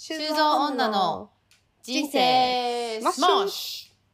修造女の人生スマッシュ。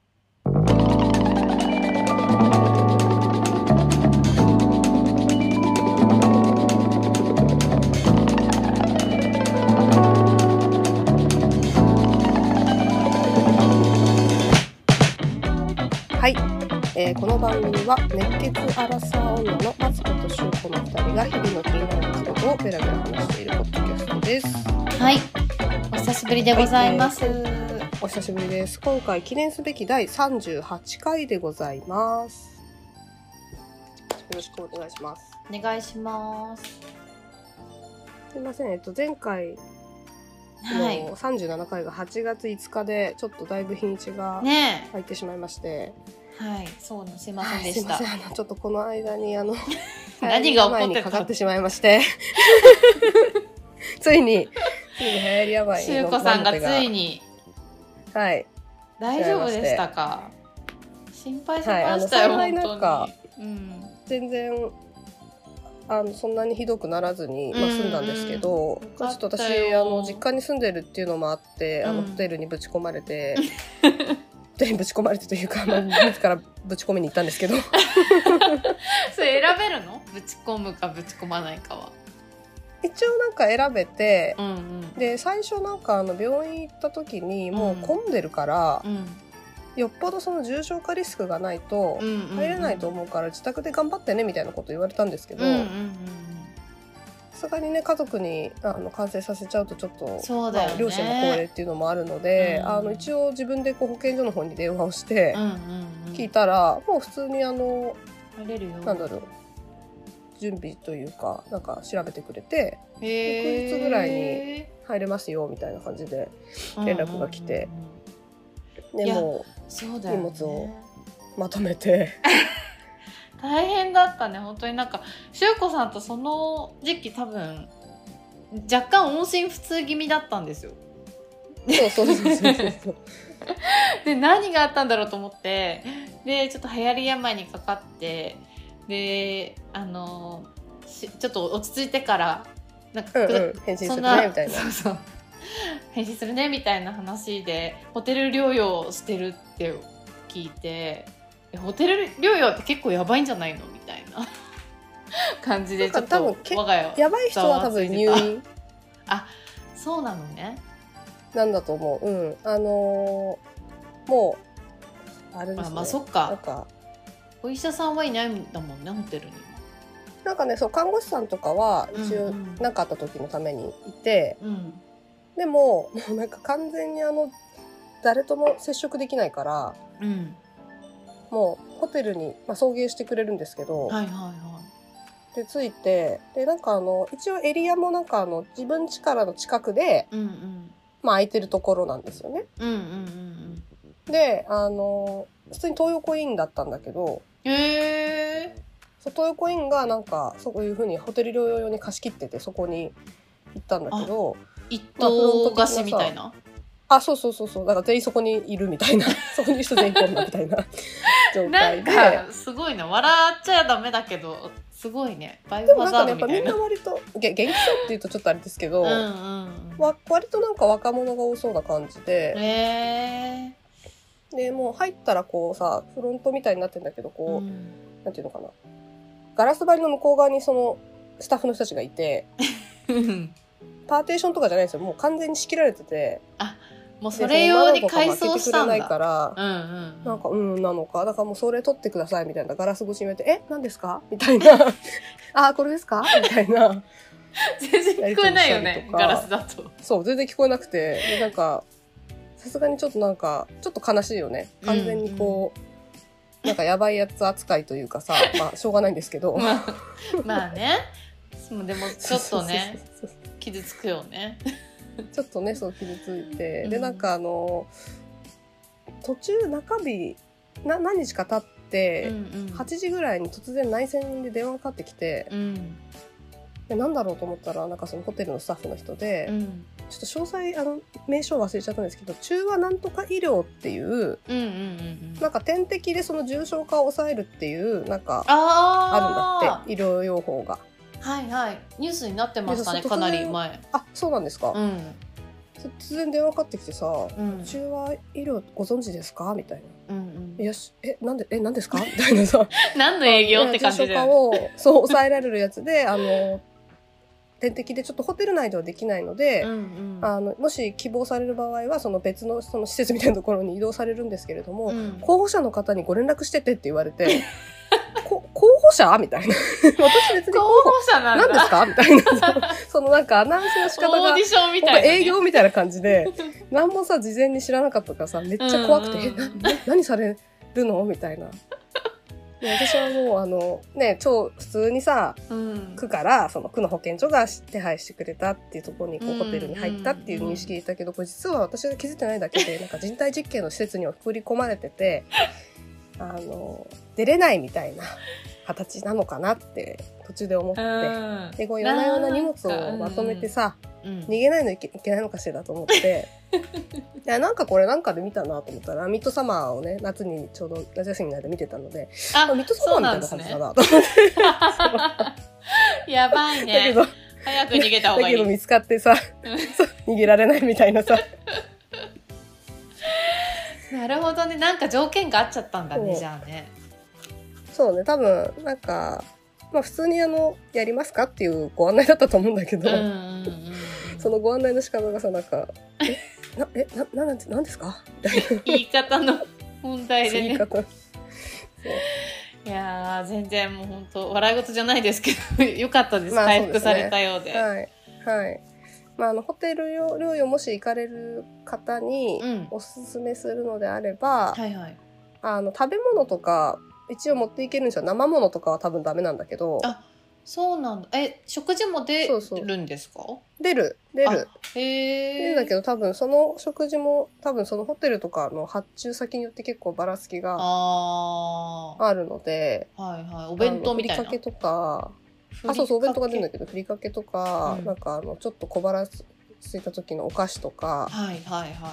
はい、この番組は熱血アラサー女のマツコとシュウコの2人が日々の気になることをベラベラ話しているポッドキャストです。 はい、お久しぶりでございます、 お久しぶりです。今回記念すべき第38回でございます。よろしくお願いします。 お願いします。 すいません、前回の37回が8月5日でちょっとだいぶ日にちが入ってしまいまして、 はい、そうね、すいませんでした。 すいません、ちょっとこの間に何が起こってたの？ 前にかかってしまいましてついに流行り病しゅうこさんがついに、 はい、 大丈夫でしたか？心配しましたよ、 幸いなんか、 本当に、 全然そんなにひどくならずに、済んだんですけど、ちょっと私実家に住んでるっていうのもあって、ホテルにぶち込まれてホテルにぶち込まれてというか、自らぶち込みに行ったんですけどそれ選べるの？ぶち込むかぶち込まないかは一応なんか選べて、で最初なんか病院行った時にもう混んでるから、よっぽどその重症化リスクがないと入れないと思うから自宅で頑張ってねみたいなこと言われたんですけど、さすがにね家族に感染させちゃうとちょっと、 そうだよね、 両親の高齢っていうのもあるので、一応自分で保健所の方に電話をして聞いたら、もう普通になんだろう、準備というかなんか調べてくれて、翌日ぐらいに入れますよみたいな感じで連絡が来て、でも荷物をまとめて大変だったね、本当に。なんかしゅうこさんとその時期多分若干音信不通気味だったんですよ。 そうで何があったんだろうと思って、でちょっと流行り病にかかって、でちょっと落ち着いてからなんか、 返信するねみたいな、 そう返信するねみたいな話でホテル療養してるって聞いて、ホテル療養って結構やばいんじゃないのみたいな感じで、ちょっと我が家やばい人は多分入院そうなのね、 なんだと思う。もうあれですね、 そっか、なんかお医者さんはいないんだもんね、ホテルに。 なんかね、そう看護師さんとかは一応何かあった時のためにいて、でもうなんか完全に誰とも接触できないから、もうホテルに、送迎してくれるんですけど、で着いて、でなんか一応エリアもなんか自分家からの近くで、空いてるところなんですよね。で普通に東横インだったんだけど、東横インがなんかそういう風にホテル療養用に貸し切ってて、そこに行ったんだけど、 一棟貸しみたいな。 そうだから全員そこにいるみたいなそこにいる人全員こんなみたいな状態で、 なんかすごいね、笑っちゃダメだけどすごいね、バイオハザードみたいな。 でもなんかね、やっぱみんな割と元気そうっていうとちょっとあれですけど、割となんか若者が多そうな感じで、でもう入ったらこうさ、フロントみたいになってんだけど、こう、なんていうのかな、ガラス張りの向こう側にそのスタッフの人たちがいてパーテーションとかじゃないんですよ、もう完全に仕切られてて、 もうそれ用に改装したんだ。 なんかなのか、だからもうそれ取ってくださいみたいな、ガラス越しに言われて、何ですかみたいなこれですかみたいな全然聞こえないよね、ガラスだと。 そう、全然聞こえなくて、でなんかさすがにちょっとなんかちょっと悲しいよね、完全にこう、なんかやばいやつ扱いというかさ、しょうがないんですけどまあね、でもちょっとね傷つくよねちょっとね、そう傷ついて、でなんか途中中日何日か経って、8時ぐらいに突然内線で電話がかかってきて、でなんだろうと思ったら、なんかそのホテルのスタッフの人で、ちょっと詳細名称忘れちゃったんですけど、中和なんとか医療っていう、なんか点滴でその重症化を抑えるっていうなんかあるんだって、医療用法が。 はいはい、ニュースになってましたね、かなり前。 そうなんですか。 突然電話かかってきてさ「 うん、 中和医療ご存知ですか?」みたいなうんうん 「いや何ですか?」みたいなさ何の営業って感じで、 重症化をそう抑えられるやつで点滴でちょっとホテル内ではできないので、 うんうん、 もし希望される場合はその別のその施設みたいなところに移動されるんですけれども、 うん、 候補者の方にご連絡しててって言われて候補者みたいな私別に候補者なんだ何ですかみたいなそのなんかアナウンスの仕方がオーディションみたいな、ね、 営業みたいな感じで何もさ事前に知らなかったからさめっちゃ怖くて、何されるのみたいな。で私はもう超普通にさ、区からその区の保健所が手配してくれたっていうところにホテルに入ったっていう認識でいたけど、これ実は私が気づいてないだけでなんか人体実験の施設には送り込まれてて出れないみたいな形なのかなって途中で思って、でこう夜な夜な荷物をまとめてさ、逃げないのいけないのかしらと思っていやなんかこれなんかで見たなと思ったらミッドサマーをね夏にちょうど夏休みの間見てたのでミッドサマーみたいな感じだなと思ってやばいね。 だけど早く逃げた方がいい。 だけど見つかってさ逃げられないみたいなさなるほどね。なんか条件が合っちゃったんだね、じゃあね。 そうね、多分なんかまあ普通にやりますかっていうご案内だったと思うんだけど、そのご案内の仕方がさなんかなんですかみたいな言い方の問題でね。 言い方。 いや全然もう本当笑い事じゃないですけどよかったです、回復されたようで。 はいはい。まあホテル療養もし行かれる方におすすめするのであれば、 はいはい、 食べ物とか一応持っていけるんですよ。生物とかは多分ダメなんだけど。 あ、そうなんだ。食事も出るんですか？ 出る。 出るんだけど多分その食事も多分そのホテルとかの発注先によって結構ばらつきがあるので、 はいはい、お弁当みたいな。 ふりかけとか、そうお弁当が出るんだけどふりかけとか、なんかちょっと小腹ついた時のお菓子とか、 はいはいはい、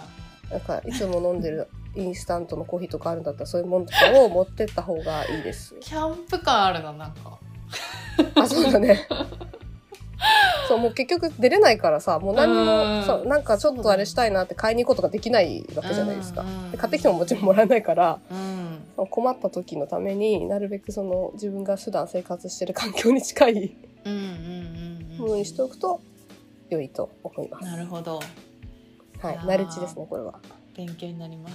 なんかいつも飲んでるインスタントのコーヒーとかあるんだったらそういうものとかを持ってった方がいいです。 キャンプ感あるな、なんかそうだねそうもう結局出れないからさもう何にもそうなんかちょっとあれしたいなって買いに行くことができないわけじゃないですか。で買ってきてももちろんもらえないから、困った時のためになるべくその自分が普段生活してる環境に近いものにしておくと良いと思います。 なるほど。 はい、ナレッジですねこれは。 勉強になります。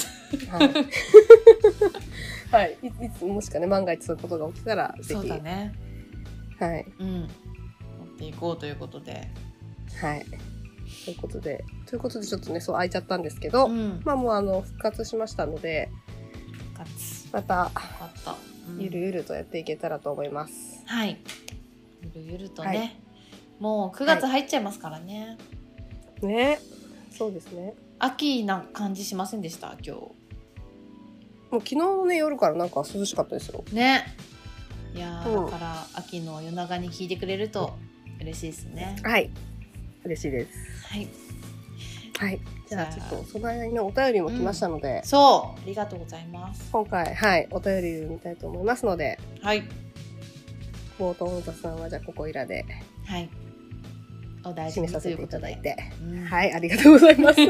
はい。はい、いつもしかね万が一そういうことが起きたらぜひ。 そうだね。 はい。 持っていこうということで。 はい。ということでちょっとねそう空いちゃったんですけど、まあもう復活しましたので、またゆるゆるとやっていけたらと思います。 はい。ゆるゆるとね。もう9月入っちゃいますからね。 ね。そうですね。 秋な感じしませんでした今日？もう昨日のね夜からなんか涼しかったですよ。 ね。いやだから秋の夜長に聞いてくれると嬉しいですね。 はい。嬉しいです。 はい。 はい。じゃあちょっとその間にねお便りも来ましたので、 そうありがとうございます。 今回お便りを見たいと思いますので、冒頭の雑談はじゃあここいらで。 はい。お大事に締めさせていただいて、 はい、 ありがとうございます。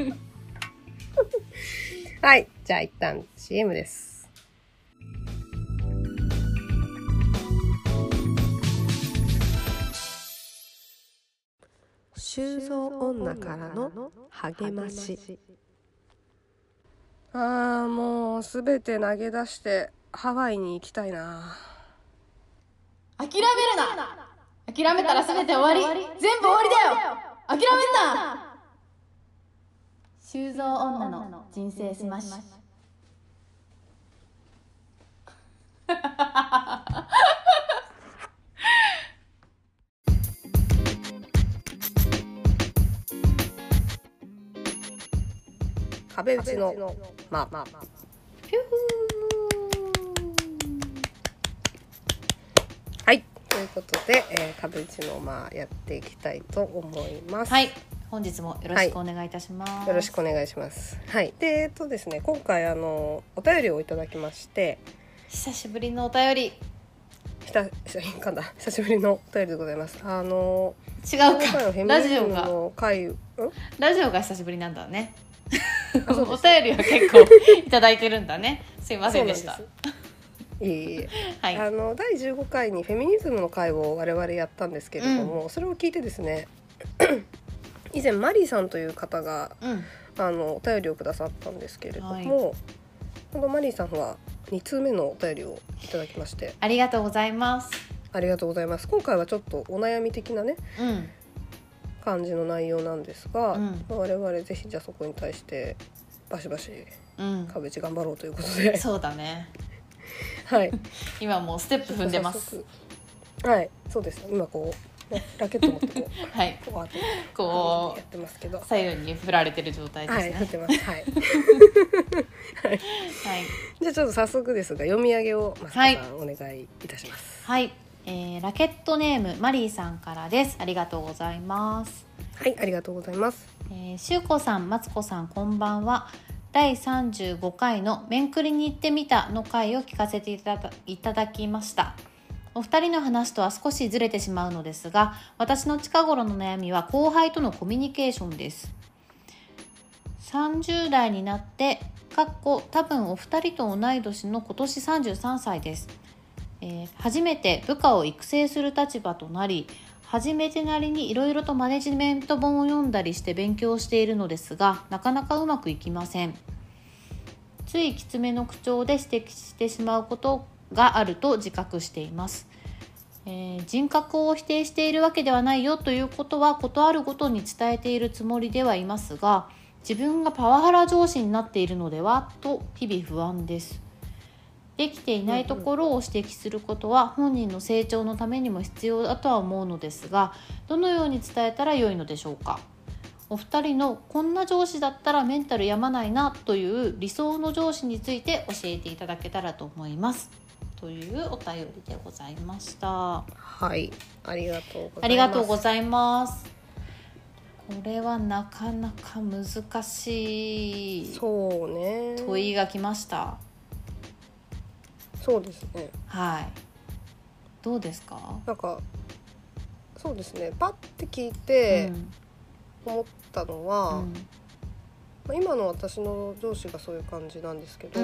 はい、じゃあ一旦 CM です。修造女からの励まし。もうすべて投げ出してハワイに行きたいな。 諦めるな。諦めたら全て終わり。全部終わりだよ。諦めんな。修造女の人生スマッシュ。 壁打ちのまあピュー。はい、ということで、壁打ちのやっていきたいと思います。 はい、本日もよろしくお願いいたします。 よろしくお願いします。はい。でですね、今回お便りをいただきまして、 久しぶりのお便り。 久しぶりのお便りでございます。 違うか、ラジオがラジオが久しぶりなんだね。お便りは結構いただいてるんだね。すいませんでした。 いえ、はい、第15回にフェミニズムの回を我々やったんですけれども、それを聞いてですね以前マリーさんという方が、お便りをくださったんですけれども、このマリーさんは2通目のお便りをいただきまして、 ありがとうございます。 ありがとうございます。今回はちょっとお悩み的なね、感じの内容なんですが、我々ぜひじゃあそこに対してバシバシ壁打ち頑張ろうということで、 そうだねはい今もうステップ踏んでます。 はい、そうです。今こう、ね、ラケット持ってこうはいこうやってますけど、 左右に振られてる状態ですね。 はい、振ってます。はい、はい、 はい、 じゃあちょっと早速ですが読み上げをマスコさん、お願いいたします。 はい、ラケットネームマリーさんからです。ありがとうございます。 はい、ありがとうございます。 しゅうこさん、まつこさん、こんばんは。第35回のメンクリに行ってみたの回を聞かせていただきました。お二人の話とは少しずれてしまうのですが、私の近頃の悩みは後輩とのコミュニケーションです。30代になって多分お二人と同い年の今年33歳です。初めて部下を育成する立場となり、初めてなりにいろいろとマネジメント本を読んだりして勉強しているのですが、なかなかうまくいきません。ついきつめの口調で指摘してしまうことがあると自覚しています。人格を否定しているわけではないよということはことあるごとに伝えているつもりではいますが、自分がパワハラ上司になっているのではと日々不安です。できていないところを指摘することは本人の成長のためにも必要だとは思うのですが、どのように伝えたらよいのでしょうか。お二人のこんな上司だったらメンタルやまないなという理想の上司について教えていただけたらと思います、というお便りでございました。 はい、ありがとうございます。 ありがとうございます。これはなかなか難しい問いが来ました。 そうですね。 はい。どうですか？ なんかそうですね。パッて聞いて思ったのは、今の私の上司がそういう感じなんですけど、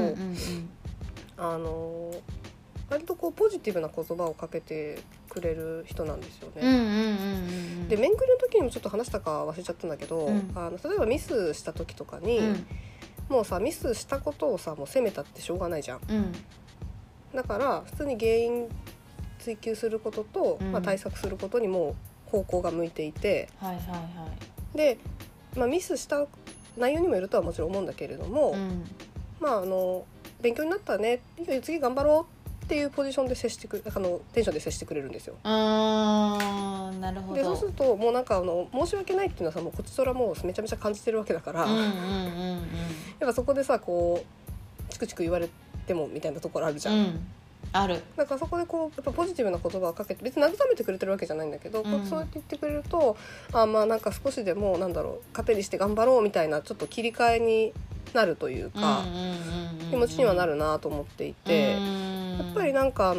割とこうポジティブな言葉をかけてくれる人なんですよね。で、面食いの時にもちょっと話したか忘れちゃったんだけど、例えばミスした時とかに、もうさミスしたことをさもう責めたってしょうがないじゃん。だから普通に原因追求することと、対策することにも方向が向いていて、で、ミスした内容にもよるとはもちろん思うんだけれども、勉強になったね、次頑張ろうっていうポジションで接してくテンションで接してくれるんですよ。 なるほど。 でそうするともうなんか申し訳ないっていうのはさ、もうこっちそらもうめちゃめちゃ感じてるわけだから、やっぱそこでさこうチクチク言われてもみたいなところあるじゃん。 ある。 だからそこでこうやっぱポジティブな言葉をかけて、別に慰めてくれてるわけじゃないんだけど、そうやって言ってくれると、なんか少しでも糧にして頑張ろうみたいなちょっと切り替えになるというか、気持ちにはなるなと思っていて、やっぱりなんか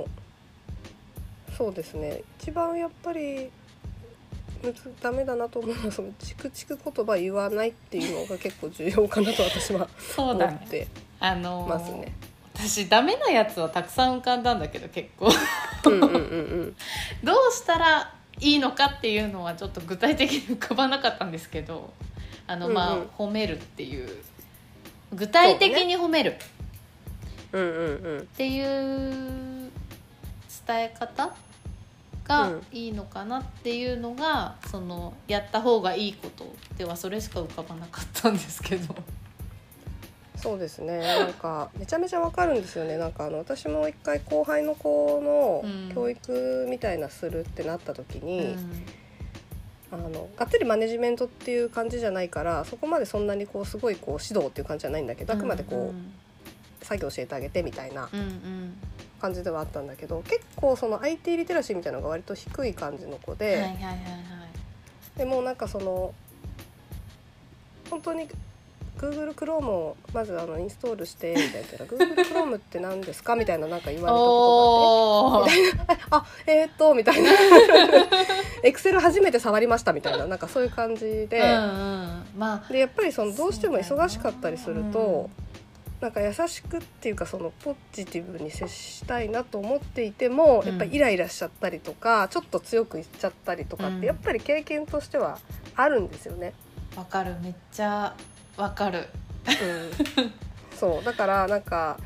そうですね、一番やっぱりダメだなと思うのはそのチクチク言葉言わないっていうのが結構重要かなと私は思ってますね。 私ダメなやつはたくさん浮かんだんだけど、結構どうしたらいいのかっていうのはちょっと具体的に浮かばなかったんですけど、褒めるっていう、具体的に褒めるっていう伝え方がいいのかなっていうのが、そのやった方がいいことではそれしか浮かばなかったんですけど。 そうですね、なんかめちゃめちゃわかるんですよね。なんか私も一回後輩の子の教育みたいなするってなった時に、がっつりマネジメントっていう感じじゃないから、そこまでそんなにこうすごいこう指導っていう感じじゃないんだけど、あくまでこう作業教えてあげてみたいな感じではあったんだけど、結構その IT リテラシーみたいなのが割と低い感じの子で、でもなんかその本当に Google Chrome をまずインストールしてみたいなGoogle Chrome って何ですかみたいななんか言われたことがあってみたいなExcel 初めて触りましたみたいななんかそういう感じで、でやっぱりそのどうしても忙しかったりすると、なんか優しくっていうかそのポジティブに接したいなと思っていても、やっぱりイライラしちゃったりとかちょっと強く言っちゃったりとかってやっぱり経験としてはあるんですよね。 わかる、めっちゃわかる、 そうだからなんか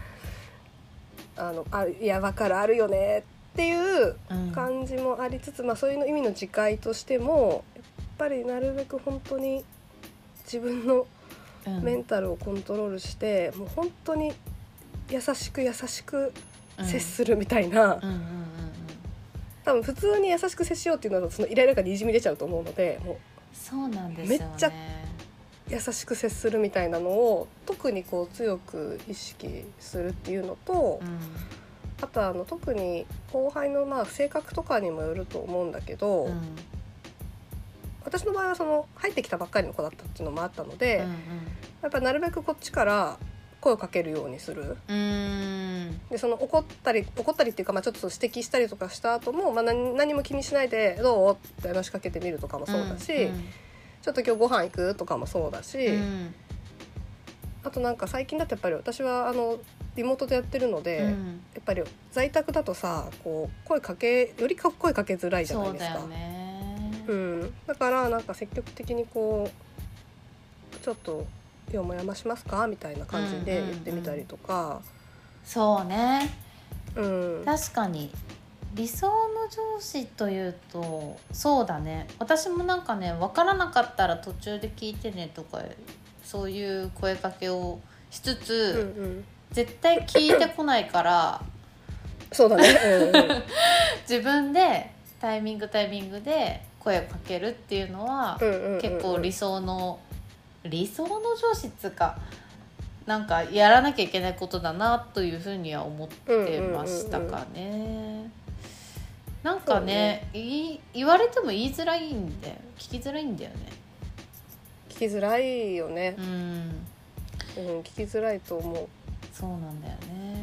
いやわかるあるよねっていう感じもありつつ、そういう意味の自戒としてもやっぱりなるべく本当に自分のメンタルをコントロールして、もう本当に優しく接するみたいな、多分普通に優しく接しようっていうのはそのイライラがにじみ出ちゃうと思うので、もうそうなんですよね、 めっちゃ優しく接するみたいなのを特にこう強く意識するっていうのと、あと特に後輩の性格とかにもよると思うんだけど、私の場合はその入ってきたばっかりの子だったっていうのもあったので、やっぱなるべくこっちから声をかけるようにする。でその怒ったりっていうか、ちょっと指摘したりとかした後も、何も気にしないでどうって話しかけてみるとかもそうだし、ちょっと今日ご飯行くとかもそうだし、あとなんか最近だとやっぱり私はリモートでやってるので、やっぱり在宅だとさこうより声かけづらいじゃないですか。 そうだよね。 だからなんか積極的にこうちょっとよもやましますかみたいな感じで言ってみたりとか、 そうね、確かに理想の上司というとそうだね。私もなんかね、分からなかったら途中で聞いてねとかそういう声かけをしつつ、絶対聞いてこないからそうだね、 自分でタイミングで声をかけるっていうのは、結構理想の上司っつうかなんかやらなきゃいけないことだなというふうには思ってましたかね。なんかね、言われても言いづらいんで聞きづらいんだよね。 聞きづらいよね。聞きづらいと思う。 そうなんだよ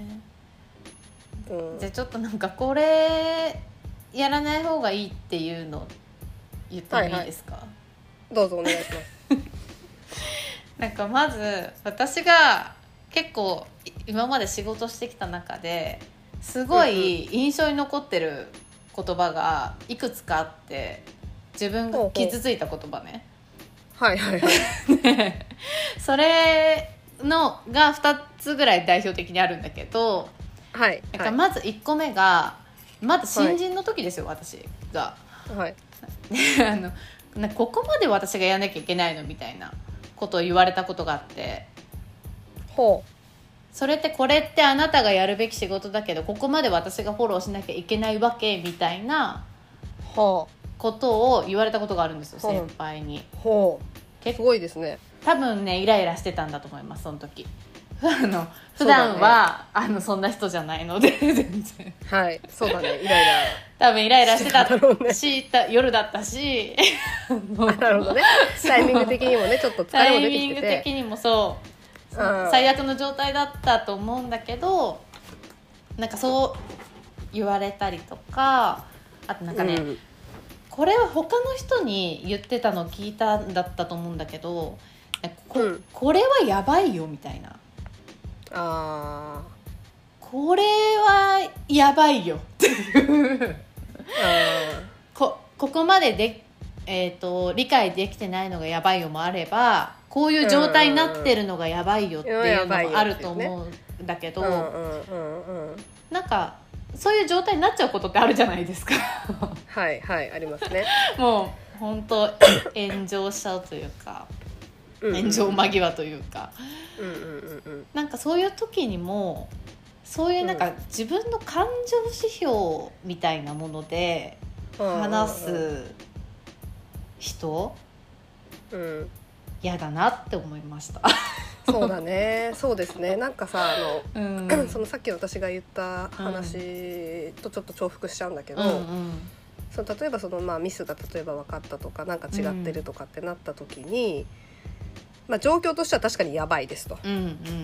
ね。じゃあちょっとなんかこれやらない方がいいっていうの言ってもいいですか？ どうぞお願いしますなんかまず私が結構今まで仕事してきた中ですごい印象に残ってる言葉がいくつかあって、自分が傷ついた言葉ね。それのが2つぐらい代表的にあるんだけど、なんかまず1個目がまだ新人の時ですよ、私が。ここまで私がやらなきゃいけないのみたいなことを言われたことがあって、それってこれってあなたがやるべき仕事だけどここまで私がフォローしなきゃいけないわけみたいなことを言われたことがあるんですよ、先輩に。 すごいですね。 多分ねイライラしてたんだと思います、その時。普段は、そんな人じゃないので全然そうだね、 多分イライラしてたし、夜だったしなるほどね、タイミング的にもねちょっと疲れも出てきてて、 タイミング的にもそう最悪の状態だったと思うんだけど、なんかそう言われたりとか、あとなんかね、これは他の人に言ってたのを聞いたんだったと思うんだけど、これはやばいよみたいな、これはやばいよっていうここまで理解できてないのがやばいよもあれば、こういう状態になってるのがやばいよっていうのもあると思うんだけど、なんかそういう状態になっちゃうことってあるじゃないですかありますね。 もう本当炎上しちゃうというか炎上間際というか、なんかそういう時にもそういうなんか自分の感情指標みたいなもので話す人、嫌だなって思いましたそうだね、そうですね。なんかさそのさっき私が言った話とちょっと重複しちゃうんだけど、その例えばそのミスが例えば分かったとかなんか違ってるとかってなった時に、 まあ、状況としては確かにやばいですと、 うんうん、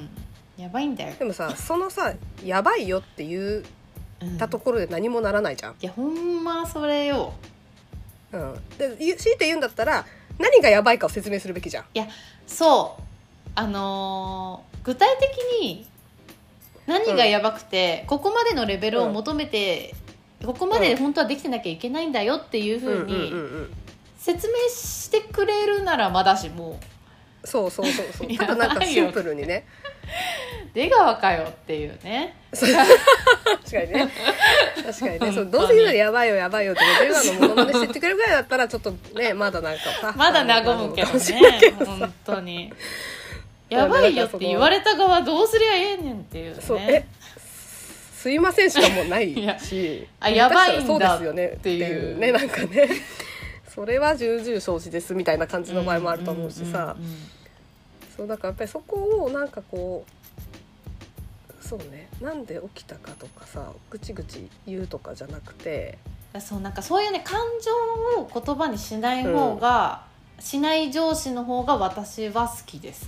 やばいんだよ。 でもさそのさやばいよって言ったところで何もならないじゃん、 いやほんまそれよ、 うん、で強いて言うんだったら何がやばいかを説明するべきじゃん。 いやそう具体的に何がやばくて、ここまでのレベルを求めて、ここまで本当はできてなきゃいけないんだよっていう風に説明してくれるならまだしも、 そうただなんかシンプルにね出川かよっていうね確かにねそうどうせ言うならやばいよって出川のものまねして言ってくれるぐらいだったらちょっとねまだなんかさまだ和むけどね本当にやばいよって言われた側どうすりゃええねんっていうね。 そうすいませんしかもうないしやばいんだそうですよねっていうねなんかねそれは重々承知ですみたいな感じの場合もあると思うしさ、そうだからやっぱりそこをなんかこうそうねなんで起きたかとかさぐちぐち言うとかじゃなくて、 なんかそういうね感情を言葉にしない方が、しない上司の方が私は好きです。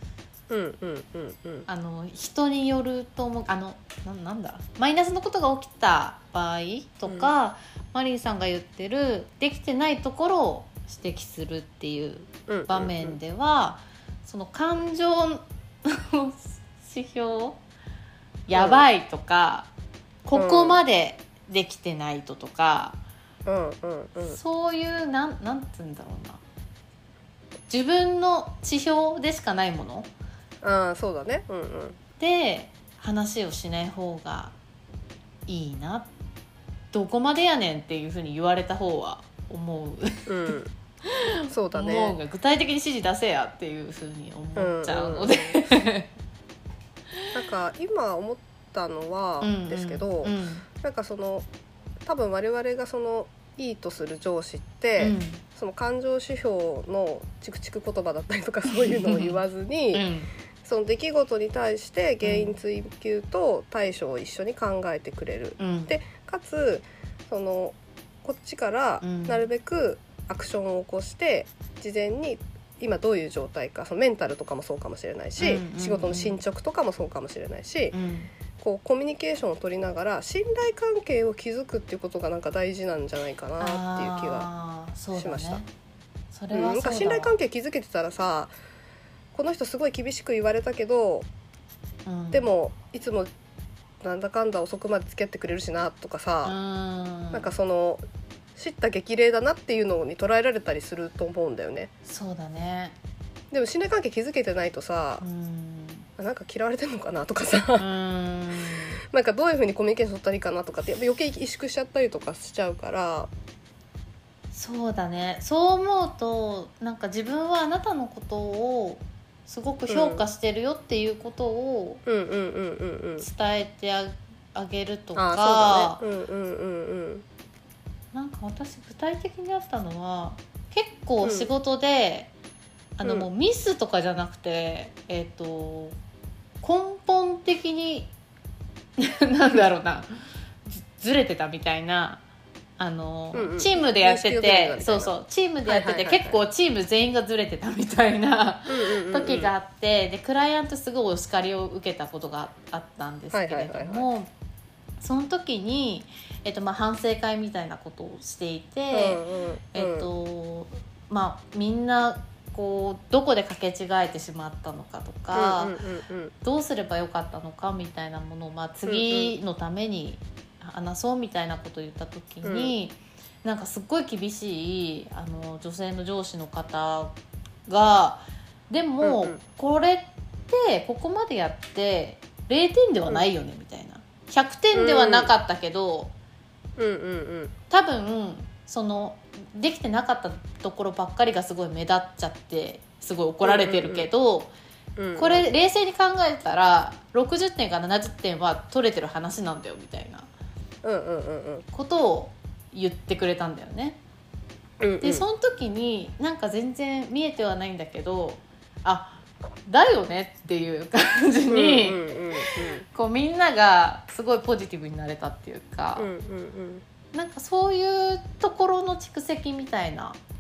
人によると思う。なんだマイナスのことが起きた場合とか、マリーさんが言ってるできてないところを指摘するっていう場面では、その感情の指標やばいとか、ここまでできてないとか、そういうなんて言うんだろうな、自分の指標でしかないものそうだね、 で話をしない方がいいな、どこまでやねんっていう風に言われた方は思う、 そうだね、 思うが具体的に指示出せやっていう風に思っちゃうので、 なんか今思ったのはですけど、なんかその多分我々がそのいいとする上司って、その感情指標のチクチク言葉だったりとかそういうのを言わずに、その出来事に対して原因追求と対処を一緒に考えてくれる、でかつそのこっちからなるべくアクションを起こして事前に今どういう状態か、そのメンタルとかもそうかもしれないし、仕事の進捗とかもそうかもしれないし、こうコミュニケーションを取りながら信頼関係を築くっていうことがなんか大事なんじゃないかなっていう気がしました。 それはそうだわ。 なんか信頼関係築けてたらさ、この人すごい厳しく言われたけど、でもいつもなんだかんだ遅くまで付き合ってくれるしなとかさ、なんかその知った激励だなっていうのに捉えられたりすると思うんだよね。 そうだね。 でも信頼関係築けてないとさ、なんか嫌われてんのかなとかさなんかどういう風にコミュニケーション取ったらいいかなとかってやっぱ余計萎縮しちゃったりとかしちゃうから。 そうだね。そう思うとなんか自分はあなたのことをすごく評価してるよっていうことを伝えてあげるとか、なんか私具体的にあったのは結構仕事で、もうミスとかじゃなくて、根本的になんだろうな、ずれてたみたいな、チームでやってて、チームでやってて結構チーム全員がずれてたみたいな時があって、でクライアントすごいお叱りを受けたことがあったんですけれども、その時に、反省会みたいなことをしていて、みんなこうどこで掛け違えてしまったのかとか、どうすればよかったのかみたいなものを、次のために話そうみたいなことを言った時に、なんかすっごい厳しい女性の上司の方が、でも、これってここまでやって0点ではないよねみたいな、100点ではなかったけど、多分そのできてなかったところばっかりがすごい目立っちゃってすごい怒られてるけど、これ冷静に考えたら60点から70点は取れてる話なんだよみたいなことを言ってくれたんだよね。でその時になんか全然見えてはないんだけど、だよねっていう感じに、こうみんながすごいポジティブになれたっていうか、なんかそういうところの蓄積みたいな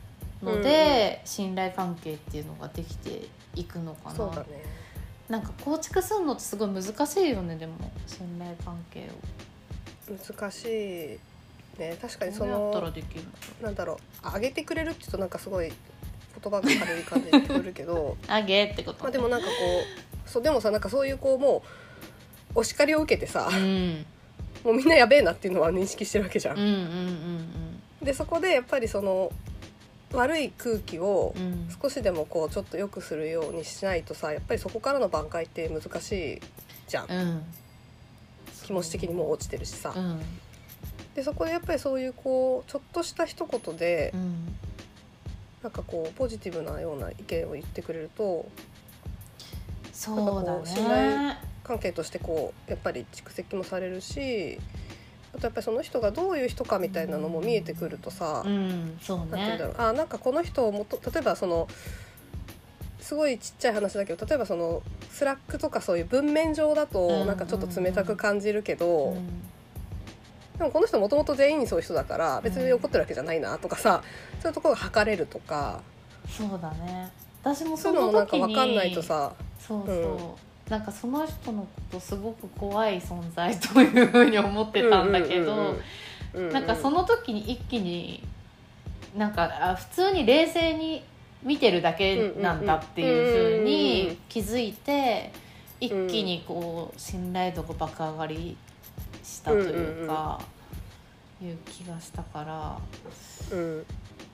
ので、信頼関係っていうのができていくのかな。 そうだね。 なんか構築するのってすごい難しいよね。でも信頼関係を難しいね。確かにそのどうやったらできるの？ なんだろう、上げてくれるって言うとなんかすごい言葉が軽い感じで聞こえるけど上げってこと、ね、 まあ、でもなんかこうそうでもさ、なんかそういうこうもうお叱りを受けてさ、もうみんなやべえなっていうのは認識してるわけじゃん。でそこでやっぱりその悪い空気を少しでもこうちょっと良くするようにしないとさ、やっぱりそこからの挽回って難しいじゃん、気持ち的にもう落ちてるしさ、でそこでやっぱりそういうこうちょっとした一言で、なんかこうポジティブなような意見を言ってくれると、 そうだね、 信頼関係としてこうやっぱり蓄積もされるし、あとやっぱりその人がどういう人かみたいなのも見えてくるとさ、 そうね、 なんて言うんだろう、なんかこの人を例えばそのすごいちっちゃい話だけど、例えばそのスラックとかそういう文面上だとなんかちょっと冷たく感じるけど、でもこの人もともと全員そういう人だから別に怒ってるわけじゃないなとかさ、そういうところが測れるとか。 そうだね、私もそういうのもなんか分かんないとさ、 なんかその人のことすごく怖い存在というふうに思ってたんだけど、なんかその時に一気になんか普通に冷静に見てるだけなんだっていうふうに気づいて、一気にこう信頼度が爆上がりしたというか、いう気がしたから、確かに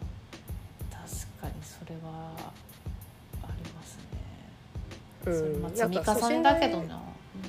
それはありますね。それ積み重ねだけどな。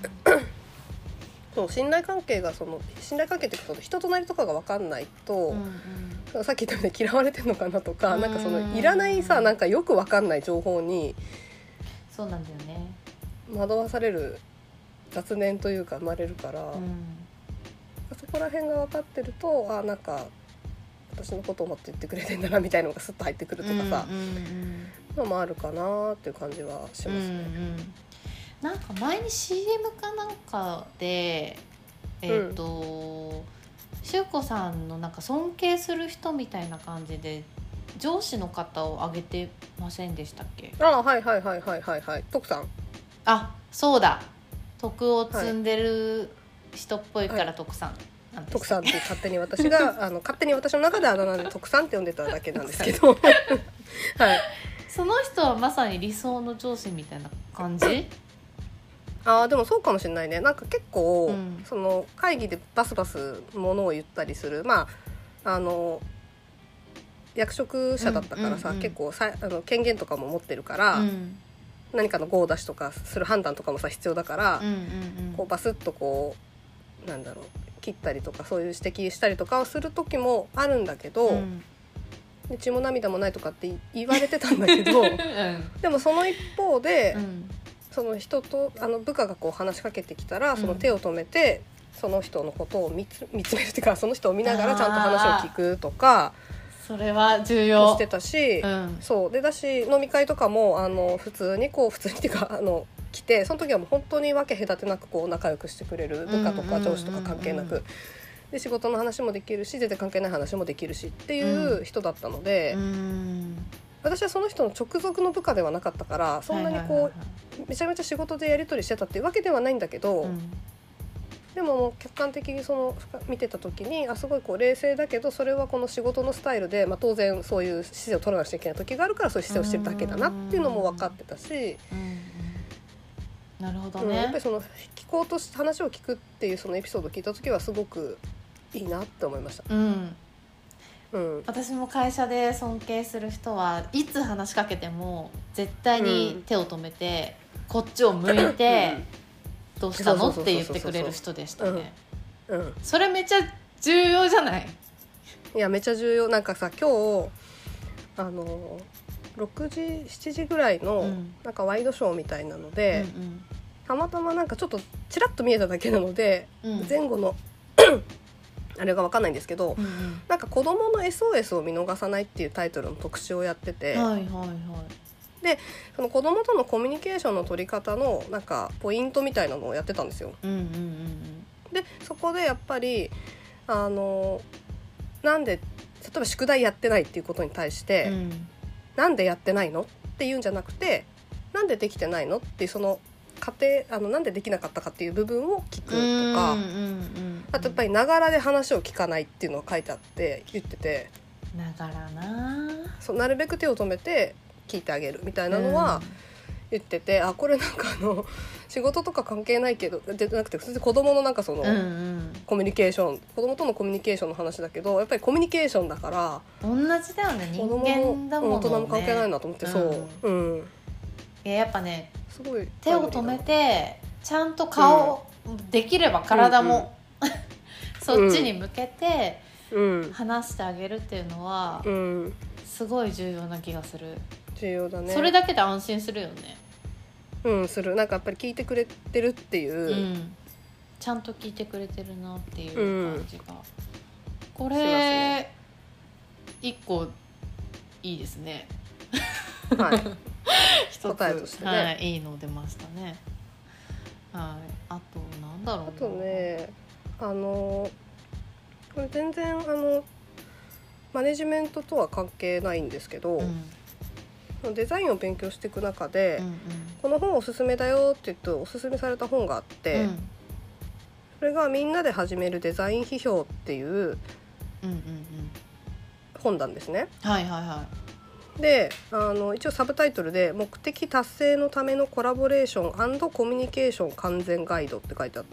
そう、信頼関係が信頼関係ってことで人となりとかが分かんないと、さっき言ったように嫌われてるのかなとか、なんかそのいらないさ、なんかよく分かんない情報にそうなんだよね、 惑わされる雑念というか生まれるから、そこら辺が分かってると、なんか私のことを思って言ってくれてんだなみたいなのがスッと入ってくるとかさ、のもあるかなっていう感じはしますね。 なんか前に CM かなんかでしゅうこさんのなんか尊敬する人みたいな感じで上司の方を挙げてませんでしたっけ？ はい徳さん。 そうだ、徳を積んでる人っぽいから徳さん、 徳さんって勝手に私が勝手に私の中であだ名で徳さんって呼んでただけなんですけどはい、 その人はまさに理想の上司みたいな感じ？ でもそうかもしれないね。なんか結構、その会議でバスバスものを言ったりする、役職者だったからさ、結構権限とかも持ってるから、何かの号を出しとかする判断とかもさ必要だから、こうバスッとこうなんだろう切ったりとかそういう指摘したりとかをする時もあるんだけど、で血も涙もないとかって言われてたんだけど、でもその一方で、その人と部下がこう話しかけてきたら、その手を止めてその人のことを見つめるっていうか、その人を見ながらちゃんと話を聞くとか、 それは重要してたし、そうでだし飲み会とかも普通にっていうか来て、その時はもう本当に分け隔てなくこう仲良くしてくれる、部下とか上司とか関係なく、で仕事の話もできるし全然関係ない話もできるしっていう人だったので、私はその人の直属の部下ではなかったから、そんなにこうめちゃめちゃ仕事でやり取りしてたっていうわけではないんだけど、でももう客観的に見てた時にすごいこう冷静だけど、それはこの仕事のスタイルで、当然そういう姿勢を取らなきゃいけない時があるからそういう姿勢をしてるだけだなっていうのも分かってたし、 なるほどね、 やっぱりその聞こうとして話を聞くっていうそのエピソードを聞いた時はすごくいいなって思いました。 私も会社で尊敬する人はいつ話しかけても絶対に手を止めて、こっちを向いてどうしたのって言ってくれる人でしたね。それめっちゃ重要じゃない？ いやめっちゃ重要。なんかさ、今日6時7時ぐらいのなんかワイドショーみたいなので、たまたまなんかちょっとちらっと見えただけなので、前後のあれが分かんないんですけど、なんか子供の SOS を見逃さないっていうタイトルの特集をやってて、でその子供とのコミュニケーションの取り方のなんかポイントみたいなのをやってたんですよ。でそこでやっぱりなんでえば宿題やってないっていうことに対して、なんでやってないのっていうんじゃなくて、なんでできてないのっていうその過程、なんでできなかったかっていう部分を聞くとか、あとやっぱりながらで話を聞かないっていうのが書いてあって言ってて、 ながらな、 そうなるべく手を止めて聞いてあげるみたいなのは言ってて、あ、これなんか仕事とか関係ないけどじゃなくて普通に子供のなんかその、コミュニケーション、子供とのコミュニケーションの話だけど、やっぱりコミュニケーションだから同じだよね、人間だもんね。 大人も関係ないなと思って、そう、 いや、やっぱね、 すごい手を止めてちゃんと顔、できれば体も、そっちに向けて話してあげるっていうのは、すごい重要な気がする。 重要だね。 それだけで安心するよね。 する。なんかやっぱり聞いてくれてるっていう、 ちゃんと聞いてくれてるなっていう感じが、これ一個いいですね。 はい一つ答えとしてね、いいの出ましたね。はい。あとなんだろうな。 あとね、これ全然マネジメントとは関係ないんですけど、デザインを勉強していく中で、この本おすすめだよって言っておすすめされた本があって、それがみんなで始めるデザイン批評っていう本なんですね。で、一応サブタイトルで目的達成のためのコラボレーション&コミュニケーション完全ガイドって書いてあって、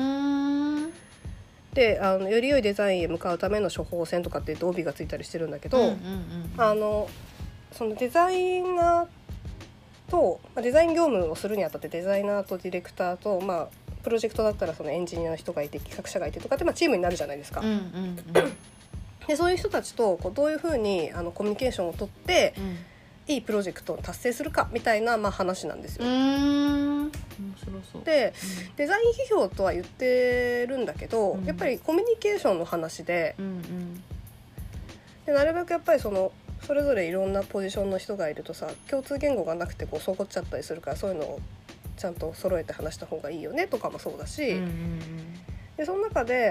でより良いデザインへ向かうための処方箋とかって言って帯がついたりしてるんだけど、そのデザイナーとデザイン業務をするにあたってデザイナーとディレクターと、プロジェクトだったらそのエンジニアの人がいて企画者がいてとかって、チームになるじゃないですか。でそういう人たちとどういうふうにコミュニケーションをとって、いいプロジェクトを達成するかみたいな、話なんですよ。 面白そう。 で、デザイン批評とは言ってるんだけど、やっぱりコミュニケーションの話で、でなるべくやっぱりそれぞれいろんなポジションの人がいるとさ、共通言語がなくてそこっちゃったりするから、そういうのをちゃんと揃えて話した方がいいよねとかもそうだし、でその中で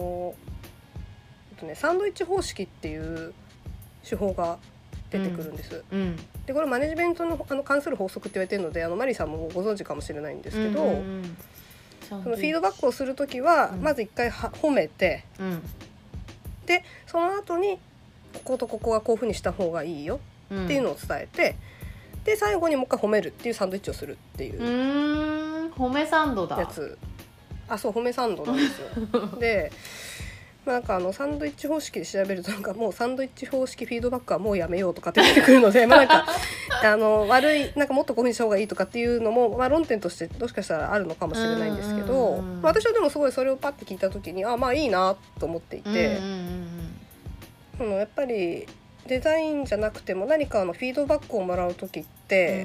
サンドイッチ方式っていう手法が出てくるんです、でこれマネジメントの関する法則って言われてるので、マリーさんもご存知かもしれないんですけど、そのフィードバックをするときは、まず一回褒めて、でその後にこことここはこういうふうにした方がいいよっていうのを伝えて、で最後にもう一回褒めるっていうサンドイッチをするっていう褒めサンドだやつ。そう褒めサンドなんですよ。でなんかサンドイッチ方式で調べると、なんかもうサンドイッチ方式フィードバックはもうやめようとかって出てくるので、なんか悪い、なんかもっとこういうふうにした方がいいとかっていうのも、論点としてもしかしたらあるのかもしれないんですけど、私はでもすごいそれをパッて聞いた時にいいなと思っていて、やっぱりデザインじゃなくても何かフィードバックをもらう時って、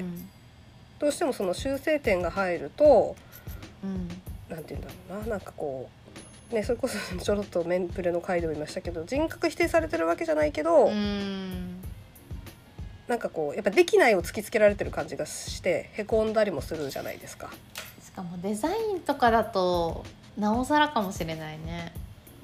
どうしてもその修正点が入ると、なんていうんだろうな、なんかこうね、それこそちょろっとメンプレの回でも言いましたけど、人格否定されてるわけじゃないけど、なんかこうやっぱできないを突きつけられてる感じがしてへこんだりもするじゃないですか。 しかもデザインとかだとなおさらかもしれないね。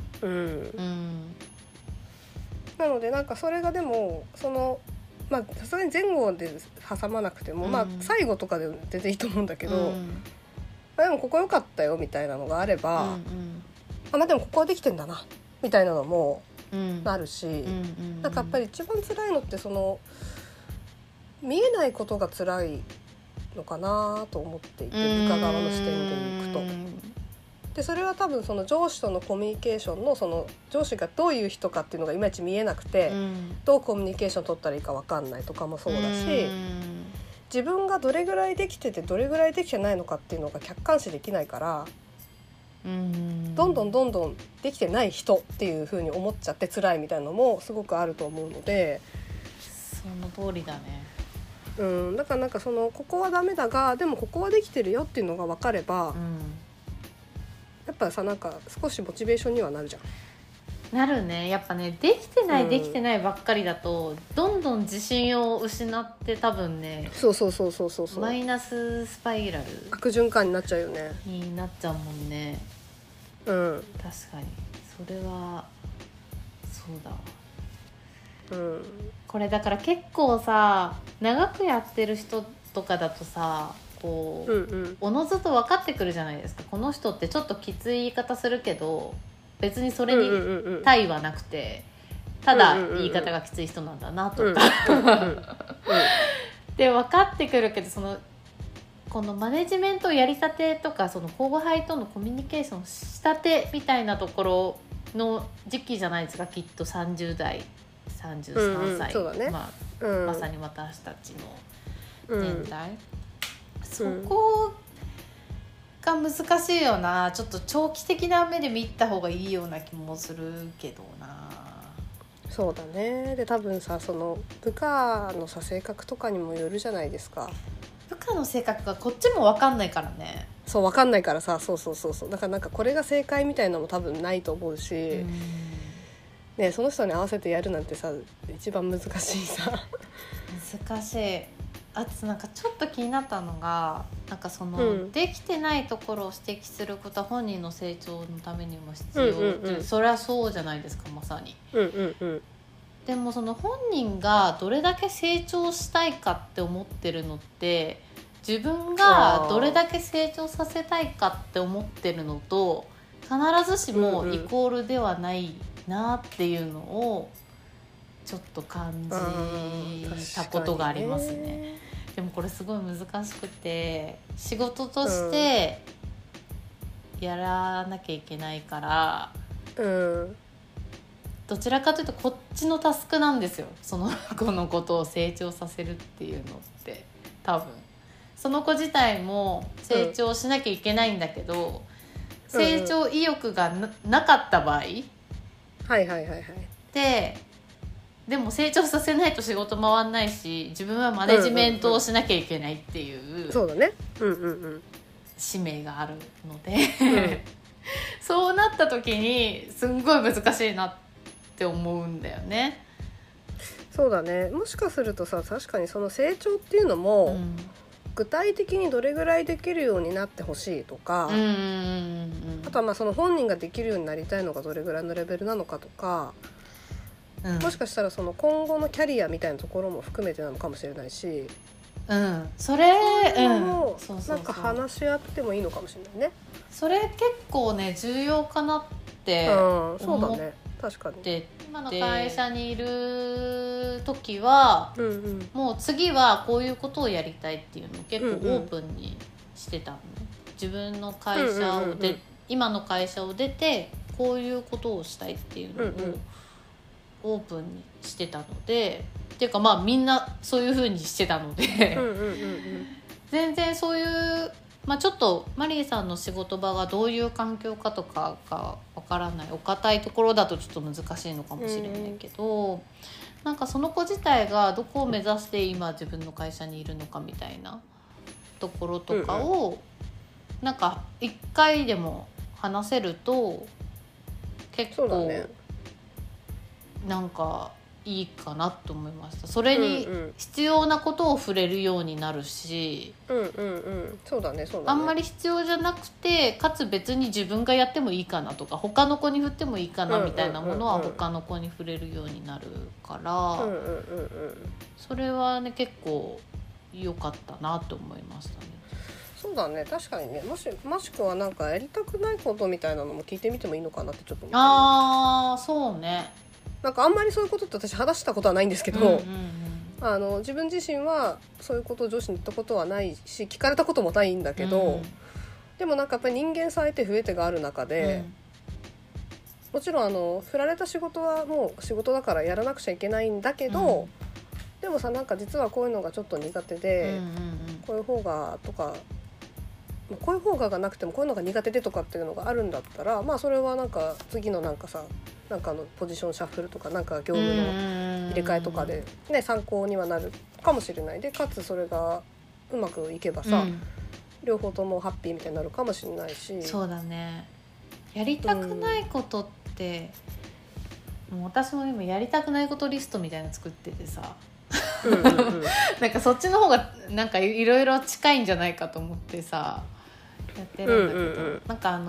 なのでなんかそれがでもさすがに前後で挟まなくても、最後とかで全然いいと思うんだけど、でもここ良かったよみたいなのがあれば、でもここはできてんだなみたいなのもあるし、なんかやっぱり一番辛いのって見えないことが辛いのかなと思っていて、部下側の視点でいくと。でそれは多分その上司とのコミュニケーションのその上司がどういう人かっていうのがいまいち見えなくて、どうコミュニケーション取ったらいいか分かんないとかもそうだし、自分がどれぐらいできててどれぐらいできてないのかっていうのが客観視できないから、どんどんできてない人っていう風に思っちゃって辛いみたいなのもすごくあると思うので、 その通りだね。 だからなんかここはダメだがでもここはできてるよっていうのが分かれば、やっぱさなんか少しモチベーションにはなるじゃん。 なるね。やっぱねできてないばっかりだとどんどん自信を失って多分ね、 そうマイナススパイラル悪循環になっちゃうよね。 になっちゃうもんね。確かにそれはそうだわ。 うん、 これだから結構さ長くやってる人とかだとさこう、おのずと分かってくるじゃないですか。この人ってちょっときつい言い方するけど別にそれに対はなくて、ただ言い方がきつい人なんだなとかで分かってくるけど、このマネジメントをやりたてとかその後輩とのコミュニケーションしたてみたいなところの時期じゃないですか、きっと30代33歳、 そうだね、 まさに私たちの年代、そこが難しいよな。ちょっと長期的な目で見た方がいいような気もするけどな。 そうだね。で多分さ、その部下のさ性格とかにもよるじゃないですか。 部下の性格がこっちも分かんないからね。 そう分かんないからさ、そうだからなんかこれが正解みたいなのも多分ないと思うし、ね、その人に合わせてやるなんてさ一番難しいさ難しい。あとなんかちょっと気になったのが、なんかその、できてないところを指摘することは本人の成長のためにも必要、それはそうじゃないですか、まさに、でもその本人がどれだけ成長したいかって思ってるのって自分がどれだけ成長させたいかって思ってるのと必ずしもイコールではないなっていうのをちょっと感じたことがありますね。でもこれすごい難しくて、仕事としてやらなきゃいけないから、どちらかというとこっちのタスクなんですよ、その子のことを成長させるっていうのって。多分その子自体も成長しなきゃいけないんだけど、成長意欲が なかった場合、でも成長させないと仕事回んないし、自分はマネジメントをしなきゃいけないっていう使命があるのでそうなった時にすんごい難しいなって思うんだよね。 そうだね。もしかするとさ、確かにその成長っていうのも、具体的にどれぐらいできるようになってほしいとか、あとはまあその本人ができるようになりたいのがどれぐらいのレベルなのかとか、もしかしたらその今後のキャリアみたいなところも含めてなのかもしれないし、 それもなんか話し合ってもいいのかもしれないね。 それ結構ね重要かなって思って、今の会社にいる時は、もう次はこういうことをやりたいっていうのを結構オープンにしてたのね。自分の会社を今の会社を出てこういうことをしたいっていうのをオープンにしてたので、っていうかまあみんなそういう風にしてたので全然そういう、ちょっとマリーさんの仕事場がどういう環境かとかがわからない、お堅いところだとちょっと難しいのかもしれないけど、なんかその子自体がどこを目指して今自分の会社にいるのかみたいなところとかを、なんか一回でも話せると結構なんかいいかなと思いました。それに必要なことを触れるようになるし、 そうだね。 あんまり必要じゃなくて、かつ別に自分がやってもいいかなとか他の子に振ってもいいかなみたいなものは他の子に触れるようになるから、それはね結構良かったなと思いましたね。 そうだね、確かにね。もしくはなんかやりたくないことみたいなのも聞いてみてもいいのかなってちょっと思って。 そうね。 なんかあんまりそういうことって私話したことはないんですけど、自分自身はそういうことを上司に言ったことはないし聞かれたこともないんだけど、でもなんかやっぱり人間さ得て増えてがある中で、もちろん振られた仕事はもう仕事だからやらなくちゃいけないんだけど、でもさ、なんか実はこういうのがちょっと苦手で、こういう方がとか、こういう方ががなくてもこういうのが苦手でとかっていうのがあるんだったら、それはなんか次のなんかさ、なんかポジションシャッフルとかなんか業務の入れ替えとかで、ね、参考にはなるかもしれないで、かつそれがうまくいけばさ、両方ともハッピーみたいになるかもしれないし。 そうだね。やりたくないことって、もう私も今やりたくないことリストみたいなの作っててさなんかそっちの方がなんかいろいろ近いんじゃないかと思ってさやってるんだけど、なんか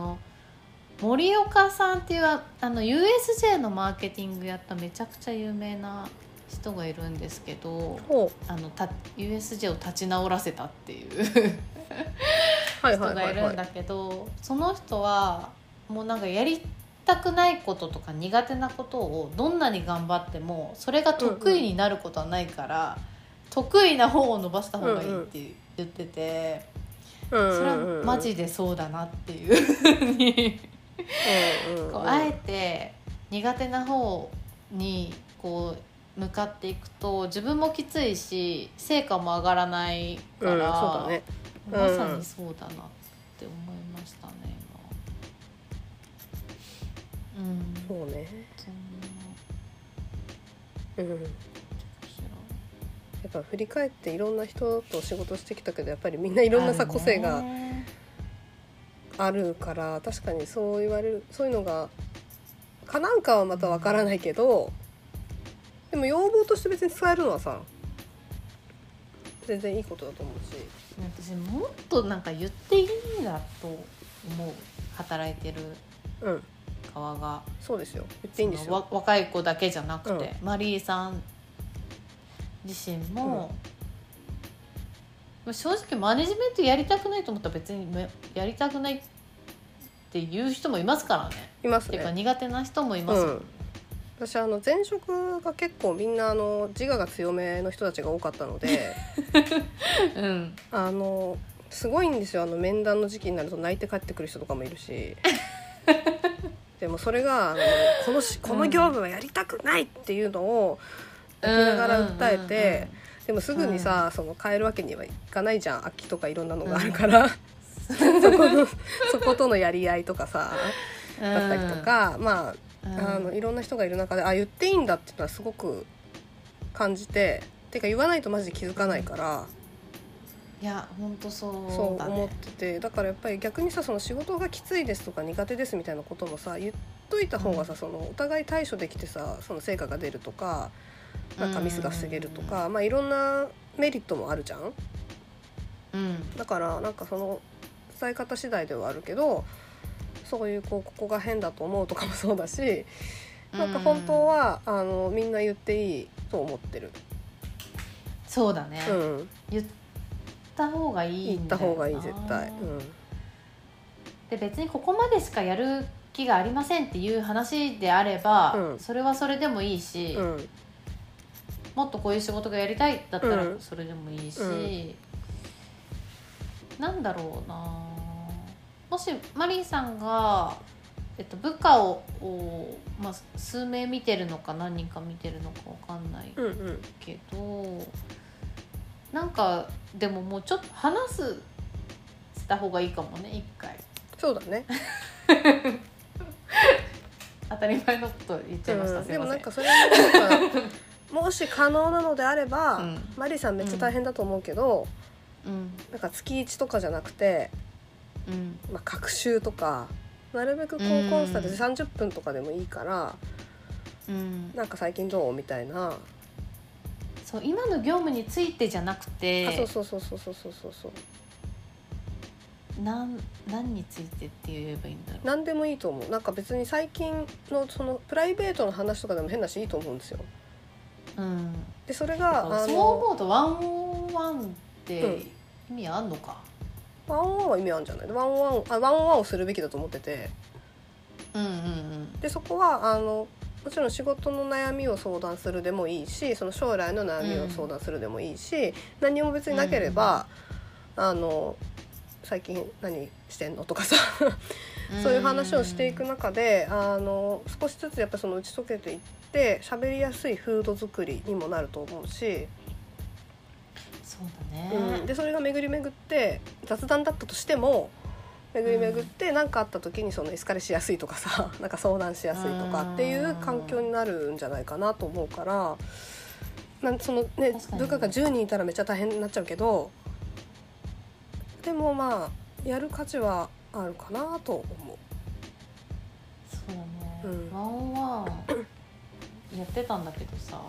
森岡さんっていうUSJ のマーケティングやっためちゃくちゃ有名な人がいるんですけど、 ほ USJ を立ち直らせたっていうはい人がいるんだけど、その人はもうなんかやりたくないこととか苦手なことをどんなに頑張ってもそれが得意になることはないから、得意な方を伸ばした方がいいって言ってて、それはマジでそうだなっていうふうにこうあえて苦手な方にこう向かっていくと自分もきついし成果も上がらないから、 そうだね、 まさにそうだなって思いましたね今。 そうね。やっぱ振り返っていろんな人と仕事してきたけどやっぱりみんないろんなさ個性があるから確かにそう言われるそういうのが叶うかはまたわからないけど、でも要望として別に伝えるのはさ全然いいことだと思うし、 私もっとなんか言っていいんだと思う。働いてる側が、 そうですよ、言っていいんですよ。 若い子だけじゃなくて、マリーさん自身も、正直マネジメントやりたくないと思ったら別にやりたくないっていう人もいますからね。 いますね。 っていうか苦手な人もいますもんね。 私前職が結構みんな自我が強めの人たちが多かったので、すごいんですよ。面談の時期になると泣いて帰ってくる人とかもいるしでもそれがこの業務はやりたくないっていうのを泣きながら訴えて、でもすぐにさ、変えるわけにはいかないじゃん。空きとかいろんなのがあるから、そことのやり合いとかさだったりとか、いろんな人がいる中で言っていいんだっていうのはすごく感じて、てか言わないとマジで気づかないから、 いや本当そうだね、 思ってて、だからやっぱり逆にさ仕事がきついですとか苦手ですみたいなこともさ言っといた方がさ、お互い対処できてさ成果が出るとかなんかミスが防げるとか、いろんなメリットもあるじゃん。だからなんか伝え方次第ではあるけど、そういうここが変だと思うとかもそうだし、なんか本当はみんな言っていいと思ってる。 そうだね、言った方がいいんだよな。言った方がいい絶対、で別にここまでしかやる気がありませんっていう話であれば、それはそれでもいいし、もっとこういう仕事がやりたいだったらそれでもいいし、なんだろうな、もしマリーさんが、部下を、数名見てるのか何人か見てるのか分かんないけど、なんかでももうちょっと話した方がいいかもね、一回。 そうだね当たり前のこと言っちゃいました、すいません。 でもなんかそれなんかもし可能なのであれば、マリーさんめっちゃ大変だと思うけど、なんか月1とかじゃなくて、隔週とかなるべくコンスタで30分とかでもいいから、なんか最近どうみたいな。 そう今の業務についてじゃなくて、 そう何についてって言えばいいんだろう。 何でもいいと思う。なんか別に最近のプライベートの話とかでも変だしいいと思うんですよ。でそれがそう思うとワンオンワンって意味あんのか。 ワンオンワンは意味あるんじゃない。ワンオンワンをするべきだと思ってて、でそこはもちろん仕事の悩みを相談するでもいいし、将来の悩みを相談するでもいいし、何も別になければ、最近何してんのとかさそういう話をしていく中で少しずつやっぱり打ち解けていって喋りやすい風土作りにもなると思うし、 そうだね、 でそれが巡り巡って雑談だったとしても巡り巡って何かあった時にエスカレしやすいとかさなんか相談しやすいとかっていう環境になるんじゃないかなと思うから、部下が10人いたらめっちゃ大変になっちゃうけど、でもやる価値はあるかなと思う。 そうね、ワンワンやってたんだけどさ、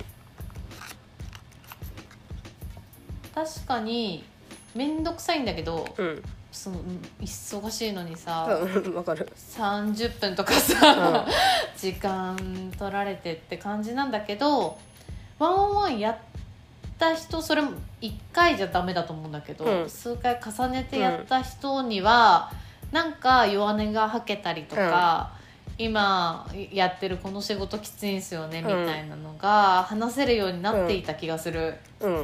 確かに面倒くさいんだけど、忙しいのにさ、 わかる。 30分とかさ、時間取られてって感じなんだけど、 ワンオンワンやった人、それも1回じゃダメだと思うんだけど、 うん数回重ねてやった人には、なんか弱音が吐けたりとか、今やってるこの仕事きついんすよねみたいなのが話せるようになっていた気がする。